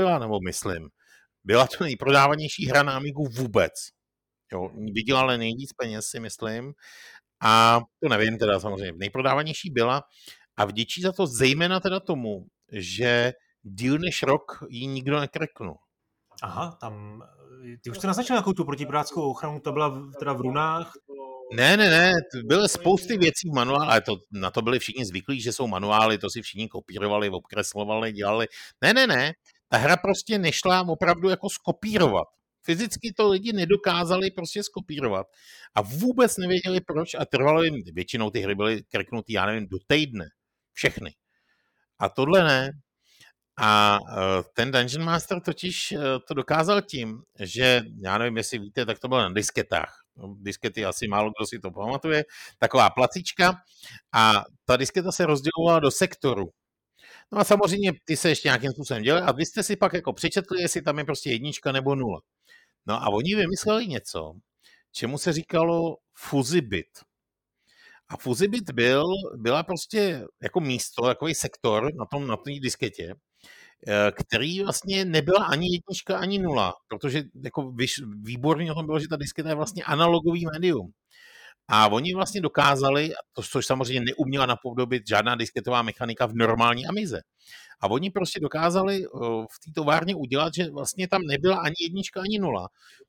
byla to nejprodávanější hra na Amigu vůbec. Jo, vydělala nejvíc peněz, si myslím. A to nevím teda samozřejmě. Nejprodávanější byla a vděčí za to zejména teda tomu, že díl než rok ji nikdo nekreknul.
Aha, tam... Ty už jsi naznačil nějakou tu protipirátskou ochranu, ta byla teda v runách?
Ne, byly spousty věcí v manuálu, ale na to byli všichni zvyklí, že jsou manuály, to si všichni kopírovali, obkreslovali, dělali. Ne, ta hra prostě nešla opravdu jako skopírovat. Fyzicky to lidi nedokázali prostě skopírovat a vůbec nevěděli proč a trvalo jim, většinou ty hry byly krknutý, já nevím, do týdne. Všechny. A tohle ne. A ten Dungeon Master totiž to dokázal tím, že, já nevím, jestli víte, tak to bylo na disketách. Diskety asi málo kdo si to pamatuje. Taková placička a ta disketa se rozdělovala do sektoru. No a samozřejmě ty se ještě nějakým způsobem dělali a vy jste si pak jako přečetli, jestli tam je prostě 1 nebo 0. No a oni vymysleli něco, čemu se říkalo Fuzibit. A Fuzibit byla prostě jako místo, takový sektor na té disketě, který vlastně nebyla ani 1, ani 0, protože jako výborný o tom bylo, že ta disketa je vlastně analogový médium. A oni vlastně dokázali, což samozřejmě neuměla napodobit žádná disketová mechanika v normální Amize. A oni prostě dokázali v té továrně udělat, že vlastně tam nebyla ani 1, ani 0.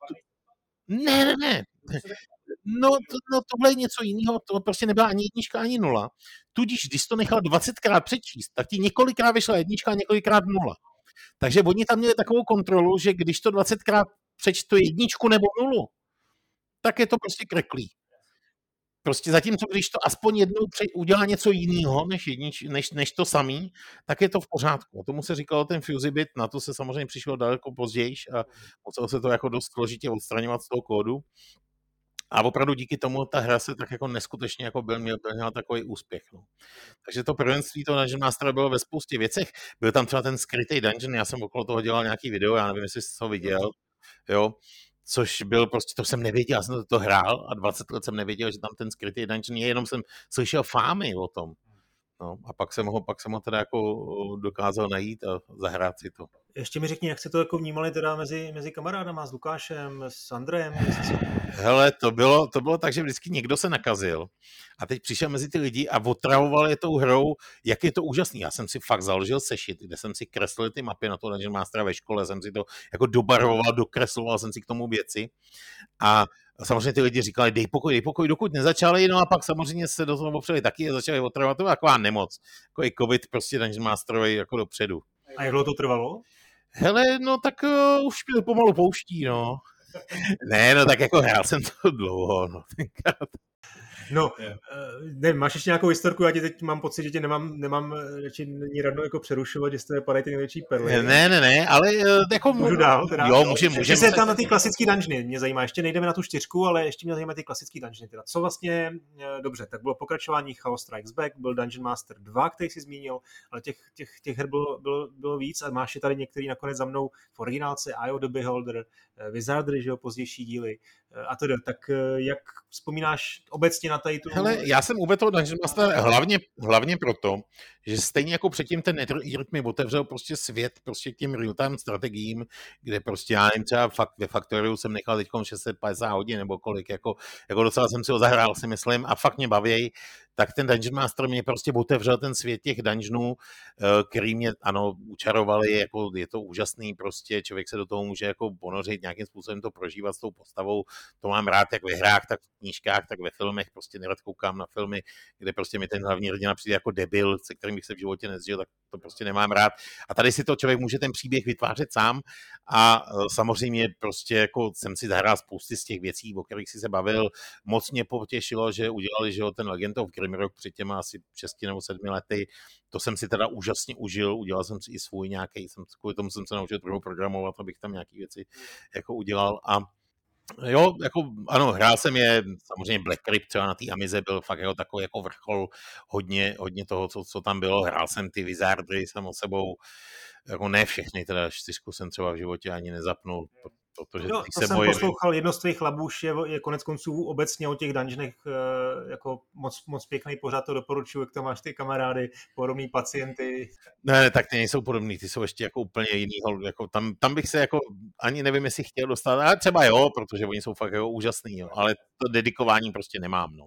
Ne. No, tohle je něco jiného, to prostě nebyla ani 1, ani 0. Tudíž, když to nechal 20krát přečíst, tak ti několikrát vyšla 1 a několikrát 0. Takže oni tam měli takovou kontrolu, že když to 20krát přečtu 1 nebo 0, tak je to prostě kreklý. Prostě zatímco, když to aspoň jednou udělá něco jiného než to samý, tak je to v pořádku. A tomu se říkalo ten Fuzibit, na to se samozřejmě přišlo daleko později a muselo se to jako dost složitě odstraňovat z toho kódu. A opravdu díky tomu ta hra se tak jako neskutečně jako měla takový úspěch. No. Takže to prvenství toho Dungeon Mastera bylo ve spoustě věcech. Byl tam třeba ten skrytý dungeon, já jsem okolo toho dělal nějaký video, já nevím, jestli jsi to viděl, jo. Což byl prostě, to jsem nevěděl, já jsem to hrál a 20 let jsem nevěděl, že tam ten skrytý dungeon je, jenom jsem slyšel fámy o tom. No, a pak jsem ho teda jako dokázal najít a zahrát si to.
Ještě mi řekni, jak jste to jako vnímali teda mezi kamarádama, s Lukášem, s Andrejem?
Hele, to bylo tak, že vždycky někdo se nakazil a teď přišel mezi ty lidi a otravoval je tou hrou, jak je to úžasný. Já jsem si fakt založil sešit, kde jsem si kreslil ty mapy na to Dungeon Mastera ve škole, jsem si to jako dobarvoval, dokresloval jsem si k tomu věci a samozřejmě ty lidi říkali, dej pokoj, dokud nezačali, no a pak samozřejmě se do toho opřeli taky a začali otravovat, to je taková nemoc, jako i covid prostě Dungeon Masterovi jako dopředu.
A jak dlouho to trvalo?
Hele, no tak už mě pomalu pouští, no. Ne, no tak jako hrál jsem to dlouho, no tenkrát.
No, nevím, máš ještě nějakou historku, já tě teď mám pocit, že tě nemám radši není radno jako přerušovat, že jste padají ty největší perly.
Ne, ale jako...
Můžu dál teda?
Jo, můžeme.
Ještě se tam na ty klasický dungeony, mě zajímá, ještě nejdeme na tu 4, ale ještě mě zajímá ty klasický dungeony teda. Co vlastně, dobře, tak bylo pokračování Chaos Strikes Back, byl Dungeon Master 2, který jsi zmínil, ale těch her bylo víc a máš je tady některý nakonec za mnou v originálce, Eye of the Beholder, Wizardry, že jo, pozdější díly a teda. Tak jak vzpomínáš obecně na tady tu...
Hele, já jsem uvedl toho Dungeon Master hlavně proto, že stejně jako předtím ten Netherrealm mi otevřel prostě svět prostě k těm real-time strategiím, kde prostě já nevím, třeba ve Factoriu jsem nechal teďkom 650 hodin nebo kolik, jako docela jsem si ho zahrál, si myslím, a fakt mě baví, tak ten Dungeon Master mě prostě otevřel ten svět těch dungeonů, který mě, ano, učarovali, jako je to úžasný, prostě člověk se do toho může jako ponořit, nějakým způsobem to prožívat s tou postavou, to mám rád jak ve hrách, tak v knížkách, tak ve filmech, prostě nerad koukám na filmy, kde prostě mi ten hlavní hrdina přijde jako debil, se kterým bych se v životě nezžil, tak to prostě nemám rád. A tady si to člověk může ten příběh vytvářet sám a samozřejmě prostě jako jsem si zahrál spousty z těch věcí, o kterých si se bavil. Moc mě potěšilo, že udělali, že jo, ten Legend of Grimrock před těma asi 6 nebo 7 lety. To jsem si teda úžasně užil, udělal jsem si i svůj nějaký, kvůli tomu jsem se naučil trochu programovat, abych tam nějaké věci jako udělal a jo, jako ano, hrál jsem je, samozřejmě Black Crypt třeba na té Amize byl fakt jako takový jako vrchol hodně toho, co tam bylo, hrál jsem ty Wizardry samo sebou, jako ne všechny, teda 4 jsem třeba v životě ani nezapnul, protože
no, to jsem poslouchal, jedno z tvých labuš je konec konců obecně o těch dungeonech jako moc pěkný pořád, to doporučuji, jak tam máš ty kamarády, podobný pacienty.
Ne, tak ty nejsou podobný, ty jsou ještě jako úplně jinýho, jako tam bych se jako ani nevím, jestli chtěl dostat, ale třeba jo, protože oni jsou fakt jako úžasný, jo, ale to dedikování prostě nemám, no.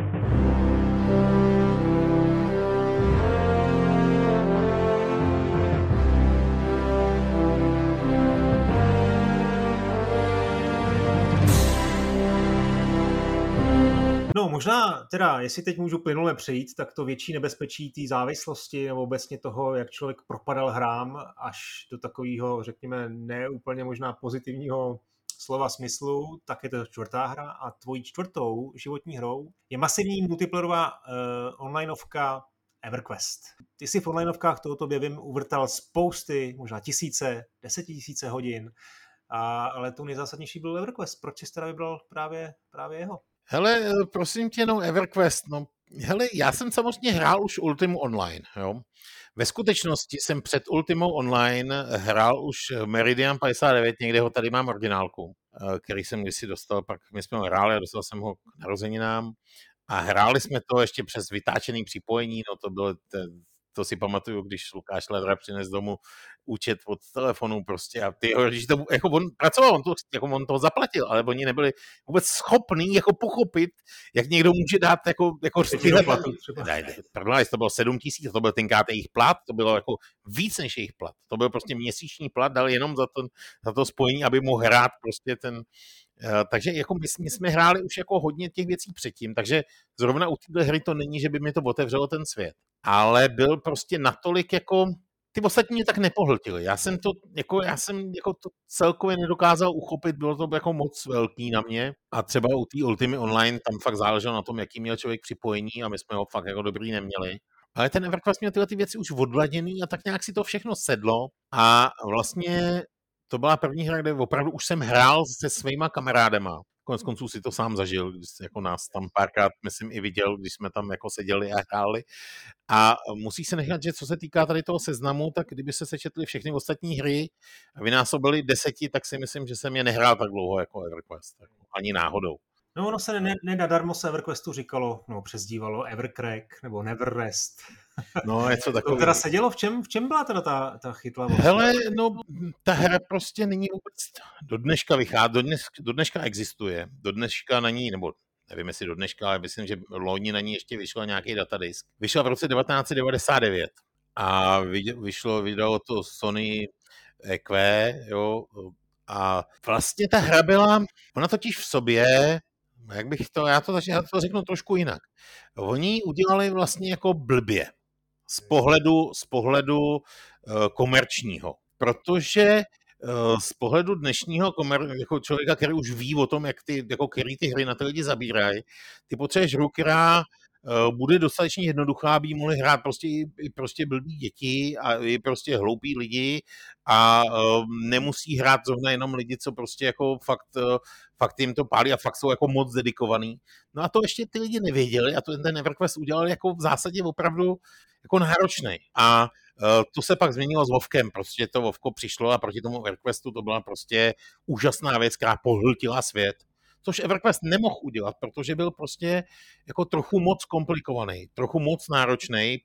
No možná teda, jestli teď můžu plynule přejít, tak to větší nebezpečí té závislosti nebo obecně toho, jak člověk propadal hrám až do takového, řekněme, neúplně možná pozitivního slova smyslu, tak je to 4. hra a tvojí 4. životní hrou je masivní multiplayerová onlineovka EverQuest. Ty si v onlineovkách tohoto vím uvrtal spousty, možná tisíce, 10 000 hodin, ale to nejzásadnější byl EverQuest. Proč jsi teda vybral právě jeho?
Hele, prosím tě, no EverQuest, no hele, já jsem samozřejmě hrál už Ultimu Online, jo. Ve skutečnosti jsem před Ultimou Online hrál už Meridian 59, někde ho tady mám originálku, který jsem kdysi dostal, pak my jsme ho hráli a dostal jsem ho k narozeninám a hráli jsme to ještě přes vytáčený připojení, no to bylo to si pamatuju, když Lukáš Ledra přines domů účet od telefonu prostě a ty, když to, jako on pracoval, on to zaplatil, ale oni nebyli vůbec schopní jako pochopit, jak někdo může dát jako pardon, to bylo 7 000, to byl tenkrát jejich plat, to bylo jako víc než jejich plat, to byl prostě měsíční plat, dal jenom za to spojení, aby mohl hrát prostě ten. Takže jako my jsme hráli už jako hodně těch věcí předtím, takže zrovna u této hry to není, že by mi to otevřelo ten svět. Ale byl prostě natolik jako, ty ostatní mě tak nepohltili. Já jsem to celkově nedokázal uchopit, bylo to jako moc velký na mě a třeba u té Ultimy Online tam fakt záleželo na tom, jaký měl člověk připojení a my jsme ho fakt jako dobrý neměli. Ale ten EverQuest měl tyhle ty věci už odladěný a tak nějak si to všechno sedlo a vlastně to byla první hra, kde opravdu už jsem hrál se svýma kamarádema. Konec konců si to sám zažil, když jako nás tam párkrát, myslím, i viděl, když jsme tam jako seděli a hráli. A musí se nechat, že co se týká tady toho seznamu, tak kdyby se sečetli všechny ostatní hry a vynásobili 10, tak si myslím, že jsem je nehrál tak dlouho jako EverQuest. Ani náhodou.
No ono se nenadarmo se EverQuestu říkalo, no přezdívalo Evercrack nebo Neverrest.
No, něco takového.
To teda sedělo, v čem byla teda ta chytlavost?
Hele, no, ta hra prostě není vůbec do dneška do dneška existuje, do dneška na ní, nebo nevím, jestli do dneška, ale myslím, že loni na ní ještě vyšel nějaký datadisk. Vyšla v roce 1999 a vydalo to Sony EQ, jo, a vlastně ta hra byla, ona totiž v sobě, já to řeknu trošku jinak. Oni udělali vlastně jako blbě z pohledu komerčního, protože z pohledu dnešního jako člověka, který už ví o tom, který ty hry na ty lidi zabírají, ty potřebuješ hru, která bude dostatečně jednoduchá, aby mohli hrát prostě i prostě blbý děti a i prostě hloupí lidi a nemusí hrát zrovna jenom lidi, co prostě jako fakt jim to pálí a fakt jsou jako moc dedikovaný. No a to ještě ty lidi nevěděli a ten EverQuest udělal jako v zásadě opravdu jako náročný. A to se pak změnilo s Vovkem, prostě to Vovko přišlo a proti tomu EverQuestu to byla prostě úžasná věc, která pohltila svět. Což EverQuest nemohl udělat, protože byl prostě jako trochu moc komplikovaný, trochu moc náročný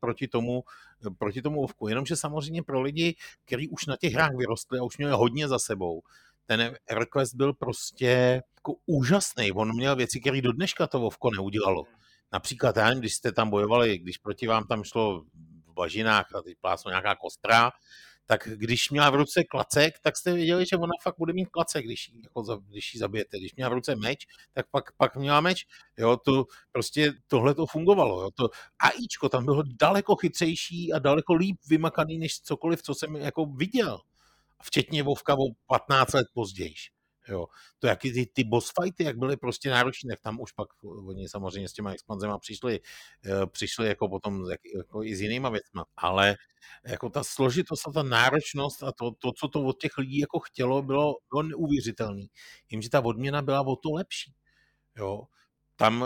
proti tomu Vovku. Jenomže samozřejmě pro lidi, kteří už na těch hrách vyrostli a už měli hodně za sebou, ten EverQuest byl prostě jako úžasný. On měl věci, které do dneška to Vovko neudělalo. Například, když jste tam bojovali, když proti vám tam šlo v bažinách a teď plásnu nějaká kostra, tak když měla v ruce klacek, tak jste věděli, že ona fakt bude mít klacek, když ji zabijete. Když měla v ruce meč, tak pak měla meč. Jo, prostě tohle to fungovalo. Jo. AIčko tam bylo daleko chytřejší a daleko líp vymakaný, než cokoliv, co jsem jako viděl. Včetně Vovka o 15 let později. Jo. To jaký ty boss fighty, jak byly prostě náročné, tak tam už pak oni samozřejmě s těma expanzema přišli jako potom jako i s jinýma věcma. Ale jako ta složitost a ta náročnost a to co to od těch lidí jako chtělo, bylo neuvěřitelné. Jenže ta odměna byla o to lepší. Jo. Tam,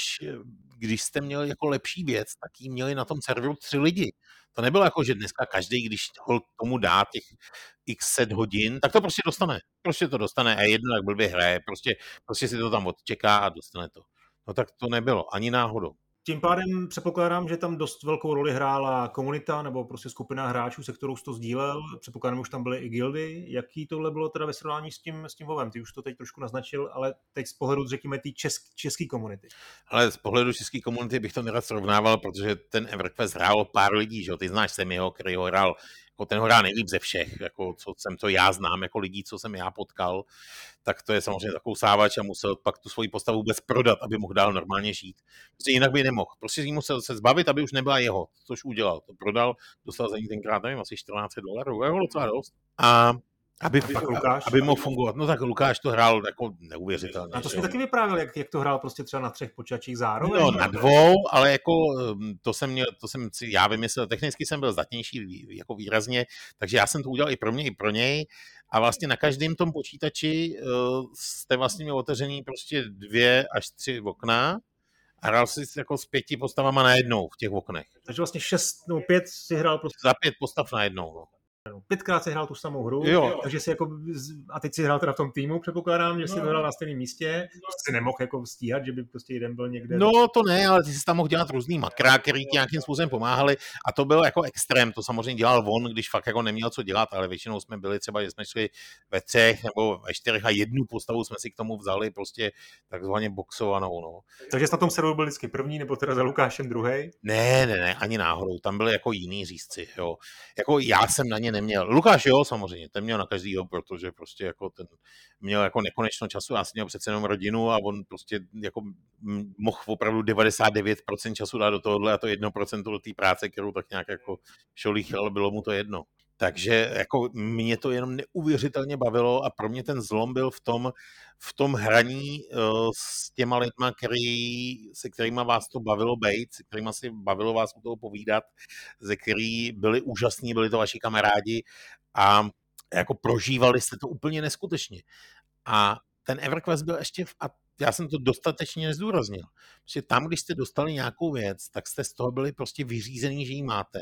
když jste měli jako lepší věc, tak ji měli na tom serveru 3 lidi. To nebylo jako, že dneska každý, když tomu dá těch x set hodin, tak to prostě dostane. Prostě to dostane a jedno jak blbě hraje, prostě si to tam odčeká a dostane to. No tak to nebylo, ani náhodou.
Tím pádem předpokládám, že tam dost velkou roli hrála komunita nebo prostě skupina hráčů, se kterou jsi to sdílel. Předpokládám, už tam byly i guildy. Jaký tohle bylo teda ve srovnání s tím Vovem? Ty už to teď trošku naznačil, ale teď z pohledu, řekněme, té české komunity.
Ale z pohledu české komunity bych to nerad srovnával, protože ten EverQuest hrál pár lidí, že? Ty znáš Semiho, který ho hrál, jako ten ho hrál nejlíp ze všech, jako co já znám, jako lidí, co jsem já potkal, tak to je samozřejmě takovou sávač a musel pak tu svoji postavu vůbec prodat, aby mohl dál normálně žít. Prostě jinak by nemohl. Prostě jí musel se zbavit, aby už nebyla jeho, což udělal. To prodal, dostal za ní tenkrát, nevím, asi $14, jako docela dost. A aby mohl fungovat. No tak Lukáš to hrál jako neuvěřitelně.
A to jsi taky vyprávěl, jak to hrál prostě třeba na 3 počítačích zároveň?
No, na 2, ale jako já vymyslel, technicky jsem byl zdatnější jako výrazně, takže já jsem to udělal i pro mě, i pro něj a vlastně na každém tom počítači jste vlastně měl otevřený prostě 2 až 3 okna a hrál si jako s 5 postavama najednou v těch oknech.
Takže vlastně 5 si hrál prostě...
Za 5 postav najednou, no.
5krát si hrál tu samou hru,
jo.
Takže si jako, a teď si hrál teda v tom týmu, předpokládám, že si to hrál na stejném místě, si nemohl jako stíhat, že by prostě jeden byl někde.
No to ne, ale ty jsi tam mohl dělat různý makra, který ti nějakým způsobem pomáhali a to byl jako extrém, to samozřejmě dělal on, když fakt jako neměl co dělat, ale většinou jsme byli třeba, že jsme šli ve 3 nebo ve 4 a jednu postavu jsme si k tomu vzali prostě takzvaně boxovanou, no.
Takže jsi na tom serveru byl vždycky první, nebo teda za Lukášem druhej?
Ne, ani náhodou, tam byli jako jiný řízci, jo. Jako já jsem na ně neměl. Lukáš jo, samozřejmě, ten měl na každýho, protože prostě jako ten měl jako nekonečno času, já jsem měl přece jenom rodinu a on prostě jako mohl opravdu 99% času dát do tohohle a to 1% do té práce, kterou tak nějak jako šolíchal, bylo mu to jedno. Takže jako mě to jenom neuvěřitelně bavilo a pro mě ten zlom byl v tom hraní s těma lidma, se kterýma vás to bavilo bejt, se kterýma si bavilo vás u toho povídat, ze který byli úžasní, byli to vaši kamarádi a jako prožívali jste to úplně neskutečně. A ten EverQuest byl ještě, a já jsem to dostatečně nezdůraznil, protože tam, když jste dostali nějakou věc, tak jste z toho byli prostě vyřízený, že ji máte.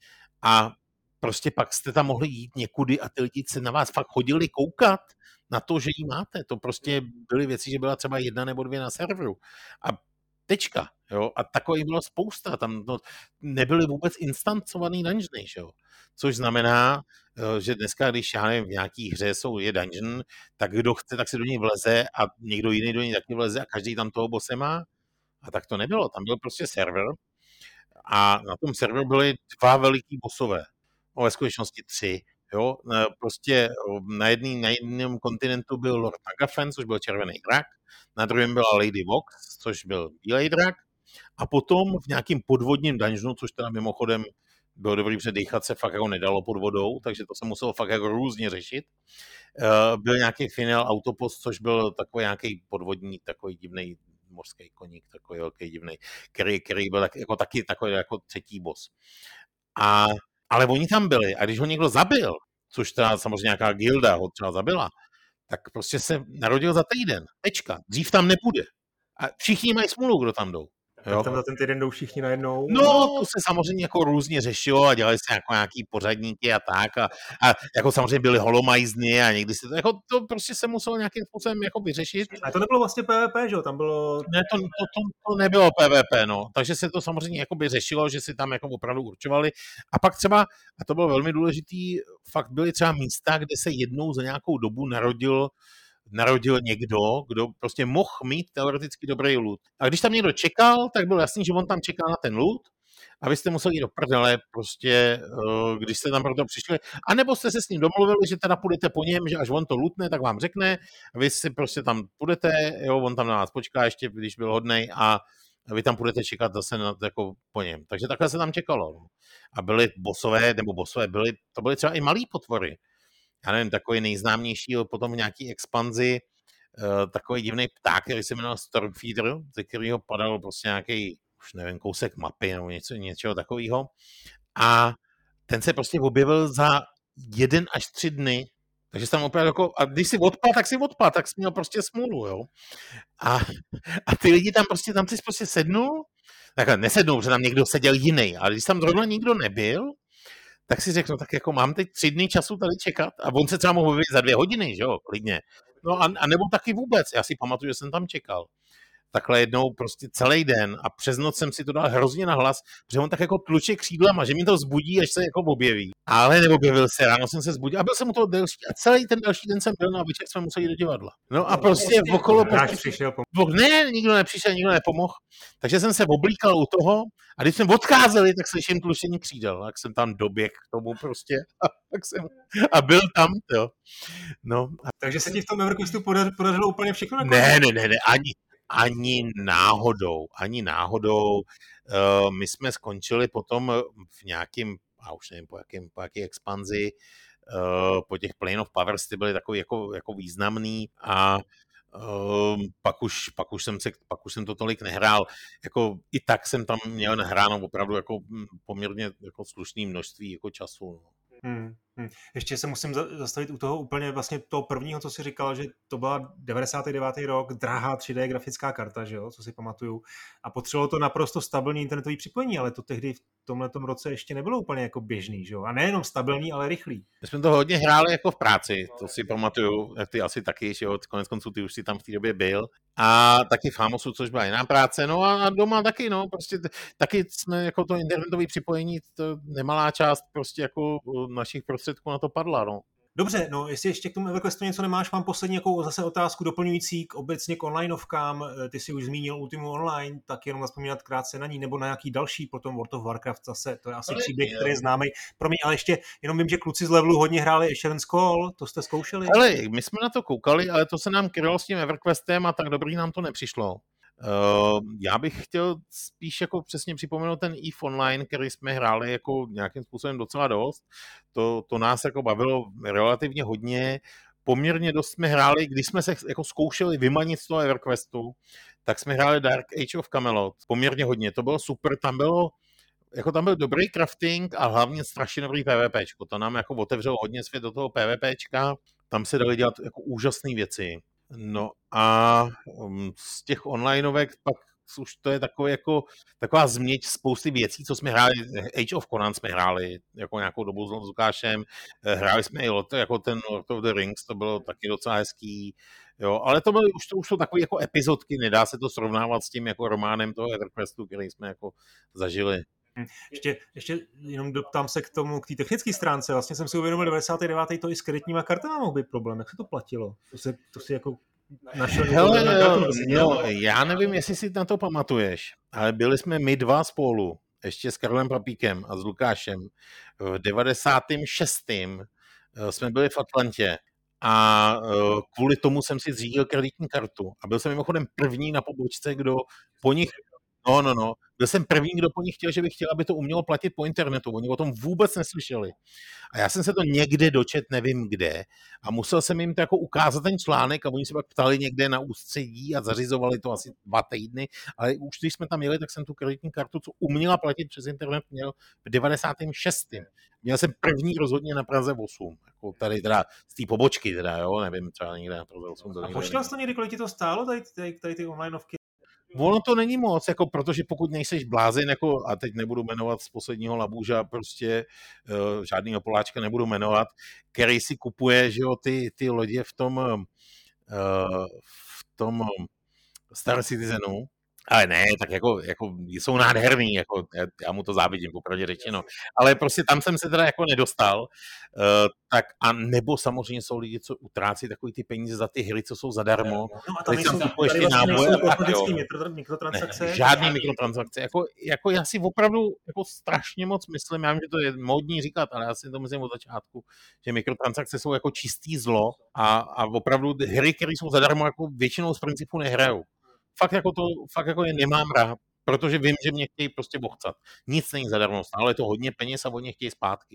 A prostě pak jste tam mohli jít někudy a ty lidi se na vás fakt chodili koukat na to, že ji máte. To prostě byly věci, že byla třeba 1 nebo 2 na serveru. A tečka. Jo? A takových bylo spousta. Tam nebyly vůbec instancovaný dungeony. Jo? Což znamená, že dneska, když já nevím, v nějaký hře je dungeon, tak kdo chce, tak se do něj vleze a někdo jiný do něj taky vleze a každý tam toho bose má. A tak to nebylo. Tam byl prostě server a na tom serveru byly 2 veliký bossové. No, ve skutečnosti 3. Jo? Prostě na jednom kontinentu byl Lord Agafen, což byl červený drak, na druhém byla Lady Vox, což byl bílej drak, a potom v nějakým podvodním dungeonu, což teda mimochodem Bylo dobrý, protože dýchat se fakt jako nedalo pod vodou, takže to se muselo fakt jako různě řešit. Byl nějaký Finel Autopost, což byl takový nějaký podvodní, takový divný mořský koník, takový velký divný, který byl taky takový jako třetí boss. Ale oni tam byli a když ho někdo zabil, což teda samozřejmě nějaká gilda ho třeba zabila, tak prostě se narodil za týden. Tečka. Dřív tam nebude. A všichni mají smůlu, kdo tam jdou.
Tak tam za ten týden jdou všichni najednou?
No, to se samozřejmě jako různě řešilo a dělali se jako nějaký pořadníky a tak a jako samozřejmě byly holomajzny a někdy se to prostě se muselo nějakým způsobem jako vyřešit.
A to nebylo vlastně PvP, že jo? Tam bylo...
Ne, to nebylo PvP, no. Takže se to samozřejmě jako by řešilo, že si tam jako opravdu určovali. A pak třeba, a to bylo velmi důležitý, fakt byly třeba místa, kde se jednou za nějakou dobu narodil někdo, kdo prostě mohl mít teoreticky dobrý loot. A když tam někdo čekal, tak bylo jasný, že on tam čekal na ten loot a vy jste museli jít do prdele prostě, když jste tam proto přišli. A nebo jste se s ním domluvili, že teda půjdete po něm, že až on to lootne, tak vám řekne, vy si prostě tam půjdete, jo, on tam na vás počká ještě, když byl hodnej a vy tam budete čekat zase jako po něm. Takže takhle se tam čekalo. A byly bossové, to byly třeba i malý potvory. Já nevím, takový nejznámější, potom v nějaký expanzi, takový divný pták, který se jmenoval Stormfeeder, ze kterého padal prostě nějaký, už nevím, kousek mapy nebo něčeho takového. A ten se prostě objevil za 1 až 3 dny. Takže tam opravdu jako, a když si odpad, tak jsi měl prostě smůlu, jo. A ty lidi tam si prostě sednul, takhle nesednul, protože tam někdo seděl jiný, ale když tam zrovna nikdo nebyl, tak si řeknu, tak jako mám teď 3 dny času tady čekat a on se třeba mohl vyvědět za 2 hodiny, že jo, klidně. No a nebo taky vůbec, já si pamatuju, že jsem tam čekal. Takhle jednou prostě celý den a přes noc jsem si to dal hrozně na hlas, protože on tak jako tluče křídlama, že mi to vzbudí, až se jako objeví. Ale neobjevil se, ráno jsem se vzbudil a byl jsem u toho delší a celý ten další den jsem byl, no a večer jsme museli do divadla. No a prostě okolo... Ne, nikdo nepřišel, nikdo nepomohl. Takže jsem se oblíkal u toho a když jsme odcházeli, tak slyším tlučení křídel. Tak jsem tam doběh k tomu prostě a byl tam, jo. No.
Takže se ti v tom EverQuestu podařilo úplně všechno?
Ne, ani náhodou. My jsme skončili potom v nějakým, a už nevím po jaký expanzi, po těch Plane of Powers, ty byly takový jako významný a pak už jsem to tolik nehrál. Jako i tak jsem tam měl nahráno opravdu jako poměrně jako slušný množství jako času.
Ještě se musím zastavit u toho úplně vlastně toho prvního, co jsi říkal, že to byla 99. rok, drahá 3D grafická karta, že jo, co si pamatuju. A potřebovalo to naprosto stabilní internetový připojení, ale to tehdy v tomhletom roce ještě nebylo úplně jako běžný, že jo. A nejenom stabilní, ale rychlý.
My jsme to hodně hráli jako v práci, to si pamatuju, ty asi taky, že jo, konec konců ty už si tam v té době byl. A taky v Famosu, což byla jiná práce, no a doma taky, no, prostě taky jsme jako to internetové připojení, to nemalá část prostě jako našich prostředků na to padla, no.
Dobře, no jestli ještě k tomu EverQuestu něco nemáš, mám poslední jako zase otázku doplňující obecně k onlineovkám. Ty si už zmínil Ultimu Online, tak jenom vzpomínat krátce na ní, nebo na nějaký další, potom World of Warcraft zase, to je asi příběh, který je známý. Promiň, ale ještě jenom vím, že kluci z Levelu hodně hráli Asheron's Call, to jste zkoušeli?
Ale my jsme na to koukali, ale to se nám krylo s tím EverQuestem a tak dobrý nám to nepřišlo. Já bych chtěl spíš jako přesně připomenout ten EVE Online, který jsme hráli jako nějakým způsobem docela dost. To nás jako bavilo relativně hodně. Poměrně dost jsme hráli, když jsme se jako zkoušeli vymanit z toho EverQuestu, tak jsme hráli Dark Age of Camelot. Poměrně hodně, to bylo super, tam byl dobrý crafting a hlavně strašně dobrý PvPčko. To nám jako otevřelo hodně svět do toho PvPčka. Tam se dali dělat jako úžasné věci. No a z těch onlineovek pak už to je taková změť spousty věcí, co jsme hráli. Age of Conan jsme hráli jako nějakou dobu s Lukášem. Hráli jsme i jako ten Lord of the Rings, to bylo taky docela hezký. Jo, ale to už jsou takové jako epizodky, nedá se to srovnávat s tím jako románem toho EverQuestu, který jsme jako zažili.
Ještě jenom doptám se k té technické stránce. Vlastně jsem si uvědomil, 99. to i s kreditníma kartama mohl být problém. Jak se to platilo? To si jako našel
já nevím, jestli si na to pamatuješ, ale byli jsme my dva spolu, ještě s Karlem Papíkem a s Lukášem. V 96. jsme byli v Atlantě a kvůli tomu jsem si zřídil kreditní kartu. A byl jsem mimochodem první na pobočce, kdo po nich No. Byl jsem první, kdo po nich chtěl, že by chtěl, aby to umělo platit po internetu. Oni o tom vůbec neslyšeli. A já jsem se to někde dočet, nevím kde, a musel jsem jim to jako ukázat ten článek a oni se pak ptali někde na ústředí a zařizovali to asi 2 týdny, ale už když jsme tam jeli, tak jsem tu kreditní kartu, co uměla platit přes internet, měl v 96. Měl jsem první rozhodně na Praze 8, jako tady teda z té pobočky teda, jo, nevím, třeba někde na Praze 8.
A počítal jsi to někdy, kolik ti to stálo, tady ty onlineovky?
Ono to není moc, jako protože pokud nejseš blázen, jako, a teď nebudu jmenovat z posledního Labůža, prostě žádnýho Poláčka nebudu jmenovat, který si kupuje, že jo, ty lodě v tom Star Citizenu, ale ne, tak jako jsou nádherný, jako já mu to závidím, popravdě řečeno, ale prostě tam jsem se teda jako nedostal, tak a nebo samozřejmě jsou lidi, co utrácí takový ty peníze za ty hry, co jsou zadarmo.
No a tam nejsou mikrotransakce.
Žádný mikrotransakce, jako já si opravdu jako strašně moc myslím, já vím, že to je módní říkat, ale já si to myslím od začátku, že mikrotransakce jsou jako čistý zlo a opravdu hry, které jsou zadarmo, jako většinou z principu nehrajou. Fakt jako je nemám rád, protože vím, že mě chtějí prostě bochcat. Nic není zadarmo, stále je to hodně peněz a oni chtějí zpátky.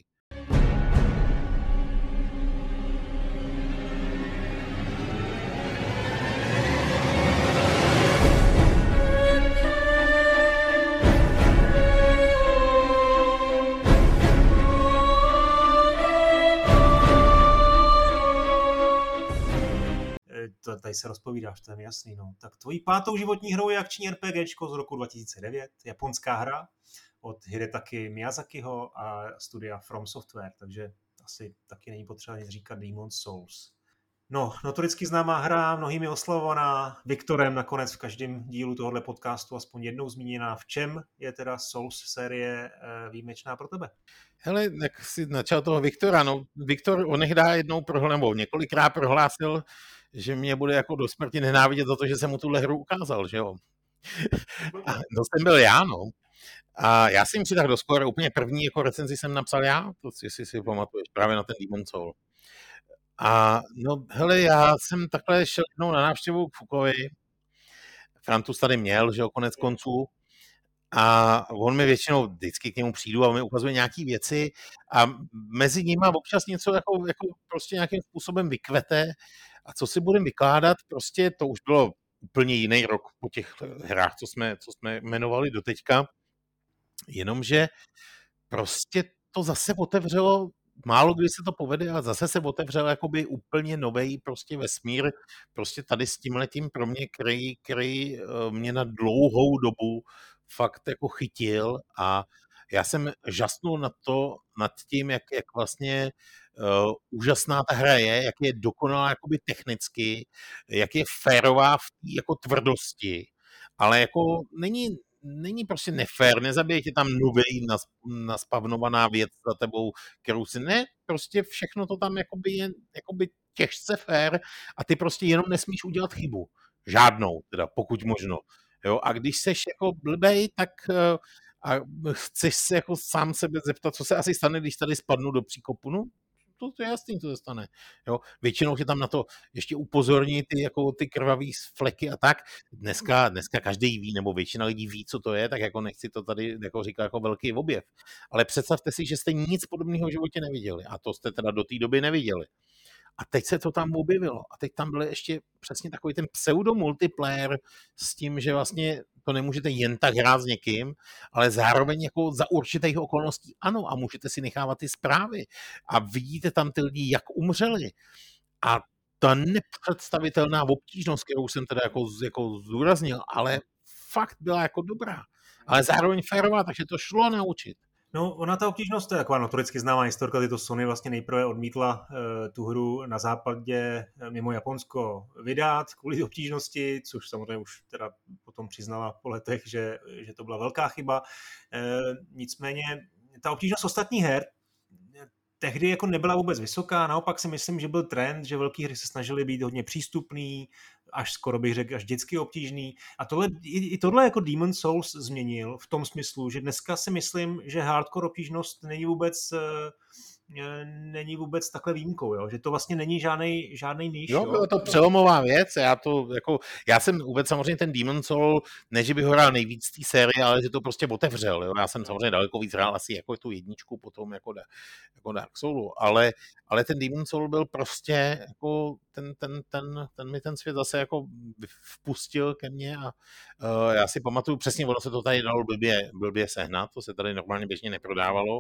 Tady se rozpovídáš, to je mi jasný. No. Tak tvojí 5. životní hrou je akční RPGčko z roku 2009, japonská hra od Hidetaki Miyazakiho a studia From Software, takže asi taky není potřeba nic říkat Demon's Souls. No, notoricky známá hra, mnohými oslavovaná, Viktorem nakonec v každém dílu tohohle podcastu aspoň jednou zmíněná. V čem je teda Souls série výjimečná pro tebe?
Hele, jak si načal toho Viktora, no Viktor onehdá několikrát prohlásil, že mě bude jako do smrti nenávidět za to, že jsem mu tuhle hru ukázal, že jo. A to jsem byl já, no. A já jsem si tak do skóre úplně první jako recenzi jsem napsal já, to si pamatuješ, právě na ten Demon's Souls. A no hele, já jsem takhle šel jednou na návštěvu k Fukovi, Frantus tady měl, že jo, konec konců, a on mi většinou vždycky k němu přijdu a on mi ukazuje nějaký věci a mezi nimi občas něco jako prostě nějakým způsobem vykvete a co si budeme vykládat, prostě to už bylo úplně jiný rok po těch hrách, co jsme jmenovali doteďka, jenomže prostě to zase otevřelo, málo kdy se to povede, a zase se otevřel jakoby úplně novej prostě vesmír, prostě tady s tímhletím pro mě, který mě na dlouhou dobu fakt jako chytil a já jsem žasnul nad tím, jak vlastně úžasná ta hra je, jak je dokonalá jakoby technicky, jak je férová v té jako tvrdosti, ale jako není prostě nefér, nezabije tě tam nový naspavnovaná věc za tebou, kterou si prostě všechno to tam je těžce fér a ty prostě jenom nesmíš udělat chybu. Žádnou, teda pokud možno. Jo? A když seš jako blbej, tak a chceš se jako sám sebe zeptat, co se asi stane, když tady spadnu do příkopu, no to je jasný, co se stane. Jo? Většinou tě tam na to ještě upozorní ty krvavý fleky a tak. Dneska každý ví, nebo většina lidí ví, co to je, tak jako nechci to tady jako říkat jako velký objev. Ale představte si, že jste nic podobného v životě neviděli a to jste teda do té doby neviděli. A teď se to tam objevilo. A teď tam byl ještě přesně takový ten pseudo-multiplayer s tím, že vlastně to nemůžete jen tak hrát s někým, ale zároveň jako za určitých okolností ano a můžete si nechávat ty zprávy. A vidíte tam ty lidi, jak umřeli. A ta nepředstavitelná obtížnost, kterou jsem teda jako zdůraznil, ale fakt byla jako dobrá. Ale zároveň férová, takže to šlo naučit.
No, ona ta obtížnost, to je taková notoricky známá historka, kdy to Sony vlastně nejprve odmítla tu hru na západě mimo Japonsko vydat kvůli obtížnosti, což samozřejmě už teda potom přiznala po letech, že to byla velká chyba. Nicméně ta obtížnost ostatních her tehdy jako nebyla vůbec vysoká, naopak si myslím, že byl trend, že velké hry se snažily být hodně přístupný, až skoro bych řekl, až dětsky obtížný. A tohle jako Demon's Souls změnil v tom smyslu, že dneska si myslím, že hardcore obtížnost není vůbec není vůbec takhle výjimkou, jo? Že to vlastně není žádnej niž,
Jo,
jo?
byla to přelomová věc, já jsem vůbec samozřejmě ten Demon's Soul, ne, že bych ho hrál nejvíc té série, ale že to prostě otevřel, jo. Já jsem samozřejmě daleko víc hrál asi jako tu jedničku potom jako Dark Soulu, ale ten Demon's Soul byl prostě jako ten mi ten svět zase jako vpustil ke mně a já si pamatuju přesně, ono se to tady dalo blbě sehnat, to se tady normálně běžně neprodávalo.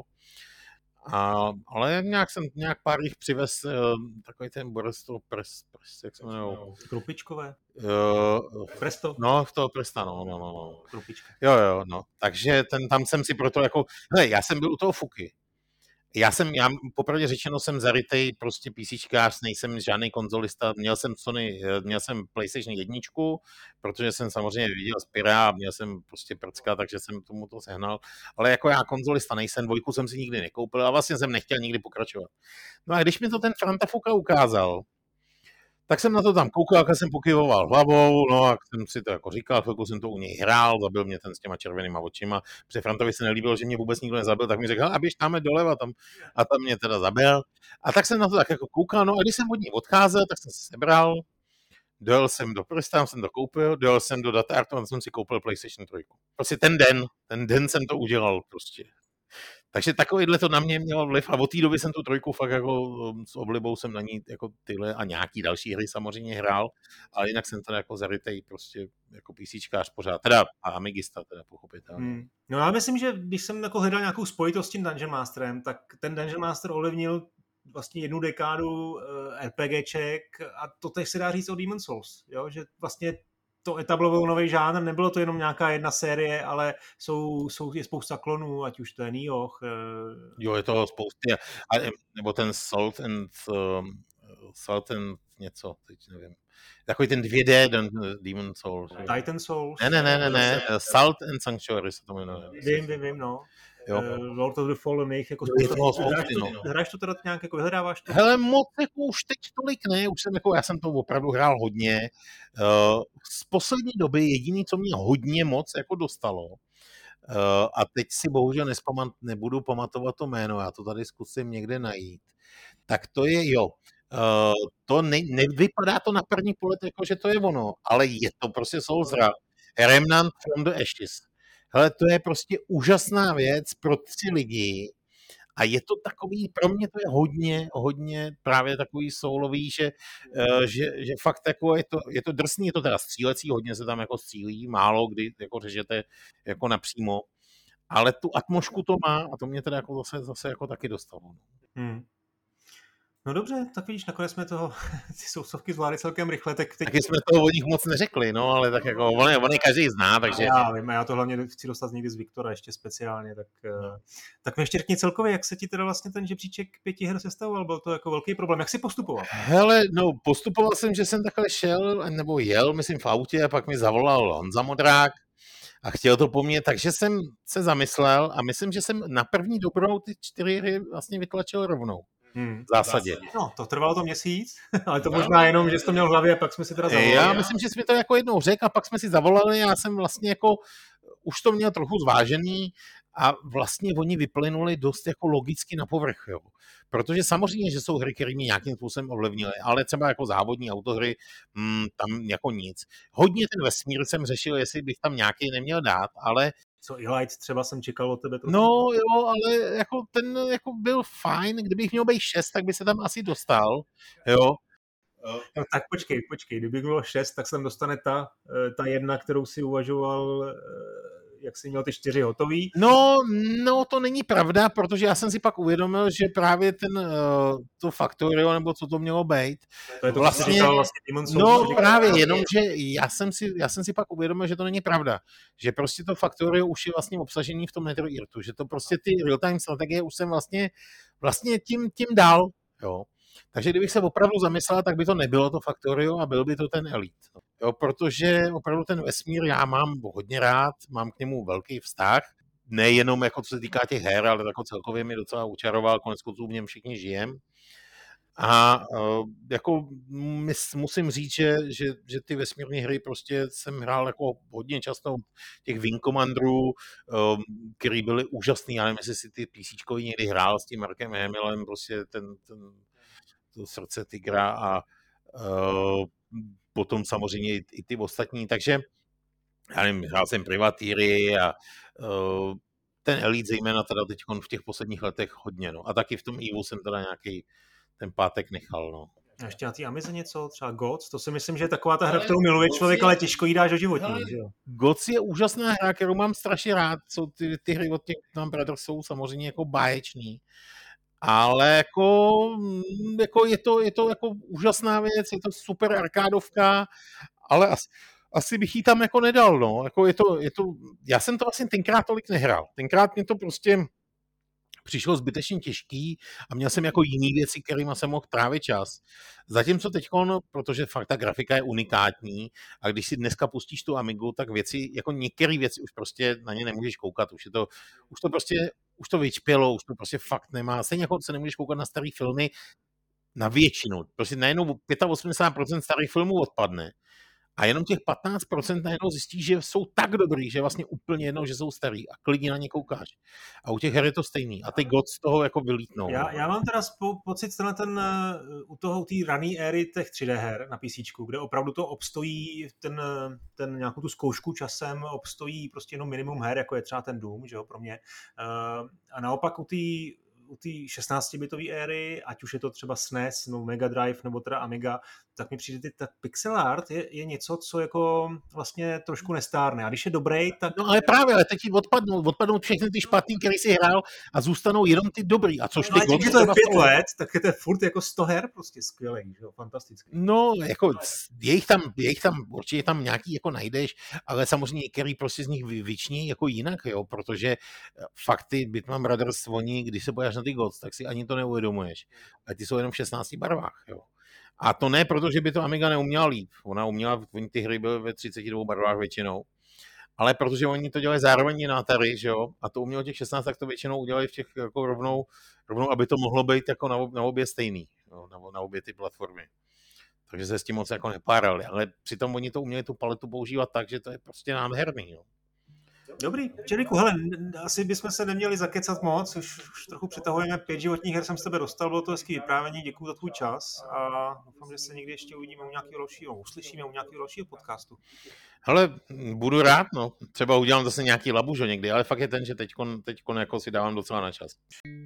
Ale nějak pár jich přivez takový ten Boris to jak se jmenuje?
Krupičkové? Presto?
No, to Presta, no.
Krupička.
Jo, no. Takže tam jsem si proto jako, hele, já jsem byl u toho Fuky. Já popravdě řečeno jsem zarytej prostě PCčkář, nejsem žádný konzolista, měl jsem PlayStation 1, protože jsem samozřejmě viděl Spira a měl jsem prostě prcka, takže jsem tomu to sehnal, ale jako já konzolista nejsem, dvojku jsem si nikdy nekoupil a vlastně jsem nechtěl nikdy pokračovat. No a když mi to ten Franta Fuka ukázal, tak jsem na to tam koukal, jak jsem pokyvoval hlavou, no a jsem si to jako říkal, chvilku jsem to u něj hrál, zabil mě ten s těma červenýma očima, protože Frantovi se nelíbilo, že mě vůbec nikdo nezabil, tak mi řekl, a běž tam doleva a tam mě teda zabil. A tak jsem na to tak jako koukal, no a když jsem od něj odcházel, tak jsem se sebral, dojel jsem do Presta, jsem to koupil, dojel jsem do Datartu a jsem si koupil PlayStation 3. Prostě ten den jsem to udělal prostě. Takže takovýhle to na mě mělo vliv a od té doby jsem tu trojku fakt jako s oblibou jsem na ní jako tyhle a nějaký další hry samozřejmě hrál, ale jinak jsem teda jako zarytej prostě jako PCčkář pořád, teda a Amigista teda pochopitelně.
No já myslím, že když jsem jako hledal nějakou spojitost s tím Dungeon Masterem, tak ten Dungeon Master ovlivnil vlastně jednu dekádu RPGček a to teď se dá říct o Demon's Souls, jo? Že vlastně to etablovalo nový žánr, nebylo to jenom nějaká jedna série, ale je spousta klonů, ať už to je Nioh.
Jo, je toho spousty, nebo ten Salt and něco, teď nevím. Takový ten 2D Demon's Souls.
Titan Souls.
Ne, Salt and Sanctuary se to jmenuje.
Vím, no.
Jo.
Lord of the Fallen, jako
spousty,
Hraješ to teda nějak, jako vyhledáváš to?
Hele, moc jako už teď tolik ne, já jsem to opravdu hrál hodně. Z poslední doby jediný, co mě hodně moc jako dostalo, a teď si bohužel nebudu pamatovat to jméno, já to tady zkusím někde najít, tak to je, to nevypadá to na první pohled, jako že to je ono, ale je to prostě Soulsra. Remnant from the Ashes. Hele, to je prostě úžasná věc pro 3 lidi a je to takový, pro mě to je hodně právě takový soulový, že fakt jako je to drsný, je to teda střílecí, hodně se tam jako střílí, málo kdy jako řežete jako napřímo, ale tu atmosféru to má a to mě teda jako zase jako taky dostalo.
No dobře, tak vidíš, nakonec jsme ty sousovky zvládli celkem rychle.
Taky jsme toho o nich moc neřekli, no, ale tak jako on je každý zná, takže...
Já vím, já to hlavně chci dostat někdy z Viktora ještě speciálně, tak mi ještě řekni celkově, jak se ti teda vlastně ten žebříček 5 her sestavoval, byl to jako velký problém, jak jsi postupoval?
Hele, no, postupoval jsem, že jsem takhle šel, nebo jel, myslím v autě a pak mi zavolal Honza Modrák a chtěl to po mně, takže jsem se zamyslel a myslím, že jsem na první dobrou ty 4 hry vlastně vytlačil rovnou. V zásadě.
No, to trvalo to měsíc, ale to možná jenom, že jsi to měl v hlavě a pak jsme si teda zavolali.
Já myslím, že jsi mi to jako jednou řekl a pak jsme si zavolali, já jsem vlastně jako už to měl trochu zvážený a vlastně oni vyplynuli dost jako logicky na povrch, jo. Protože samozřejmě, že jsou hry, které mě nějakým způsobem ovlivnily, ale třeba jako závodní autohry, tam jako nic. Hodně ten vesmír jsem řešil, jestli bych tam nějaký neměl dát, ale
co Elite třeba jsem čekal od tebe.
No jo, ale jako ten jako byl fajn, kdybych měl být 6, tak by se tam asi dostal, jo.
No, tak počkej, kdyby bylo 6, tak sem dostane ta jedna, kterou si uvažoval, jak jsi měl ty 4 hotový.
No, to není pravda, protože já jsem si pak uvědomil, že právě to Factorio, nebo co to mělo být,
to je to
vlastně právě, jenomže já jsem si pak uvědomil, že to není pravda, že prostě to Factorio už je vlastně obsažený v tom NetherIrtu, že to prostě ty real-time strategie už jsem vlastně tím dal, jo. Takže kdybych se opravdu zamyslel, tak by to nebylo to Factorio a byl by to ten Elite. Jo, protože opravdu ten vesmír já mám hodně rád, mám k němu velký vztah, nejenom jako co se týká těch her, ale jako celkově mi docela učaroval, konec konců v něm všichni žijem. A jako musím říct, že ty vesmírné hry prostě jsem hrál jako hodně často těch Wing Commanderů, který byly úžasný. Já nevím, jestli si ty PCčkový někdy hrál s tím Markem Hamillem, prostě to srdce tygra a potom samozřejmě i ty ostatní. Takže já nevím, hrál jsem Privateery a ten Elite zejména teda teď v těch posledních letech hodně, no. A taky v tom EVU jsem teda nějaký ten pátek nechal, no.
A ještě na té Amize něco, třeba GOTS, to si myslím, že je taková ta hra, kterou miluje člověk, ale těžko jí dáš do životní.
GOTS je úžasná hra, kterou mám strašně rád, jsou ty hry od těch tam Brothers jsou samozřejmě jako báječný, ale jako je to jako úžasná věc, je to super arkádovka, ale asi bych jí tam jako nedal, no. Jako je to, já jsem to vlastně tenkrát tolik nehrál. Tenkrát mě to prostě přišlo zbytečně těžký a měl jsem jako jiný věci, kterýma jsem mohl trávit čas. Zatímco teďkon, protože fakt ta grafika je unikátní a když si dneska pustíš tu Amigu, tak věci, jako některé věci už prostě na ně nemůžeš koukat. Už to vyčpělo, už to prostě fakt nemá. Stejně jako se nemůžeš koukat na starý filmy, na většinu. Prostě najednou 85% starých filmů odpadne. A jenom těch 15% najednou zjistíš, že jsou tak dobrý, že je vlastně úplně jedno, že jsou starý a klidně na ně koukáš. A u těch her je to stejný. A ty GOTS z toho jako vylítnou.
Já mám teda pocit u té rané éry těch 3D her na PC, kde opravdu to obstojí ten nějakou tu zkoušku časem, obstojí prostě jenom minimum her, jako je třeba ten Doom, že jo, pro mě. A naopak u té 16-bitové éry, ať už je to třeba SNES, no Mega Drive, nebo teda Amiga, tak mi přijde, ta pixel art je něco, co jako vlastně trošku nestárne. A když je dobrý, tak...
No ale právě, ale teď ti odpadnou všechny ty špatný, který si hrál a zůstanou jenom ty dobrý. A což
no, ty je to 5 let, tak je to furt jako 100 her prostě skvělý, že jo, fantastický.
No, jako je jich tam určitě tam nějaký jako najdeš, ale samozřejmě některý prostě z nich vyční jako jinak, jo, protože fakt ty Bitman Brothers, oni, když se bojáš na ty GOTS, tak si ani to neuvědomuješ. Ale ty jsou jenom v 16 barvách, jo. A to ne, protože by to Amiga neuměla líp. Oni ty hry byly ve 32 barvách většinou. Ale protože oni to dělají zároveň na Atari, že jo, a to umělo těch 16, tak to většinou udělají v těch jako rovnou, aby to mohlo být jako na obě stejný, jo, na obě ty platformy. Takže se s tím moc jako nepárali, ale přitom oni to uměli tu paletu používat tak, že to je prostě nádherný, jo.
Dobrý, Čeliku, hele, asi bychom se neměli zakecat moc, už trochu přetahujeme, 5 životních her jsem z tebe dostal, bylo to hezký vyprávění, děkuji za tvůj čas a doufám, že se někdy ještě uvidíme u nějakého dalšího, uslyšíme u nějakého dalšího podcastu.
Hele, budu rád, no, třeba udělám zase nějaký labužo někdy, ale fakt je ten, že teďkon jako si dávám docela na čas.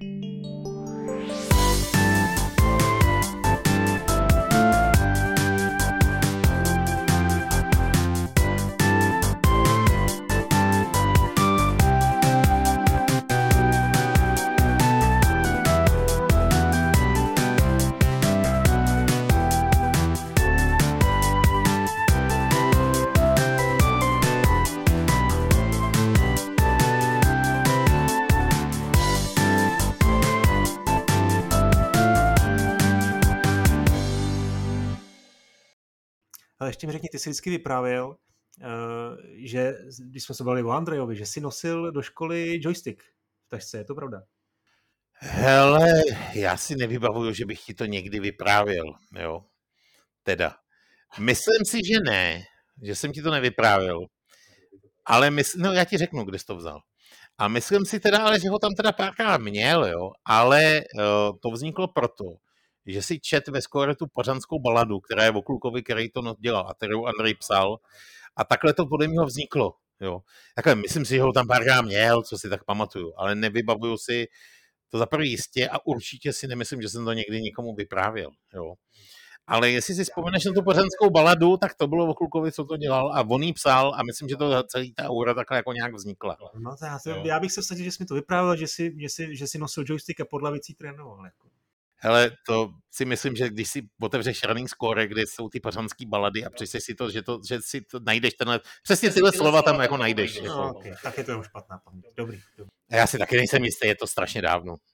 Ale ještě mi řekni, ty jsi vždycky vyprávěl, že když jsme se bavili o Andrejovi, že jsi nosil do školy joystick v tašce, je to pravda?
Hele, já si nevybavuju, že bych ti to někdy vyprávěl, jo. Teda, myslím si, že ne, že jsem ti to nevyprávěl, ale no já ti řeknu, kde jsi to vzal. A myslím si teda, ale že ho tam teda párkrát měl, jo, ale to vzniklo proto, že si čet ve skóre tu pařanskou baladu, která je o klukovi, který to dělal a kterou Andrej psal, a takhle to podle mě vzniklo, jo. Takhle, myslím si, že ho tam párkrát měl, co si tak pamatuju, ale nevybavuju si to za prvý jistě a určitě si nemyslím, že jsem to někdy nikomu vyprávěl, jo. Ale jestli si vzpomeneš na tu pařanskou baladu, tak to bylo o klukovi, co to dělal a on jí psal a myslím, že to celý ta aura takhle jako nějak vznikla.
No já bych se vsadil, že jsi mi to vyprávěl, že jsi nosil joystick a pod lavicí trénoval. Jako.
Hele, to si myslím, že když si otevřeš Running Score, kde jsou ty pařanský balady a přečteš si to, že si to najdeš tenhle, přesně tyhle slova tam jako najdeš.
No, okay. Tak je to už špatná paměť. Dobrý.
A já si taky nejsem jistý, je to strašně dávno.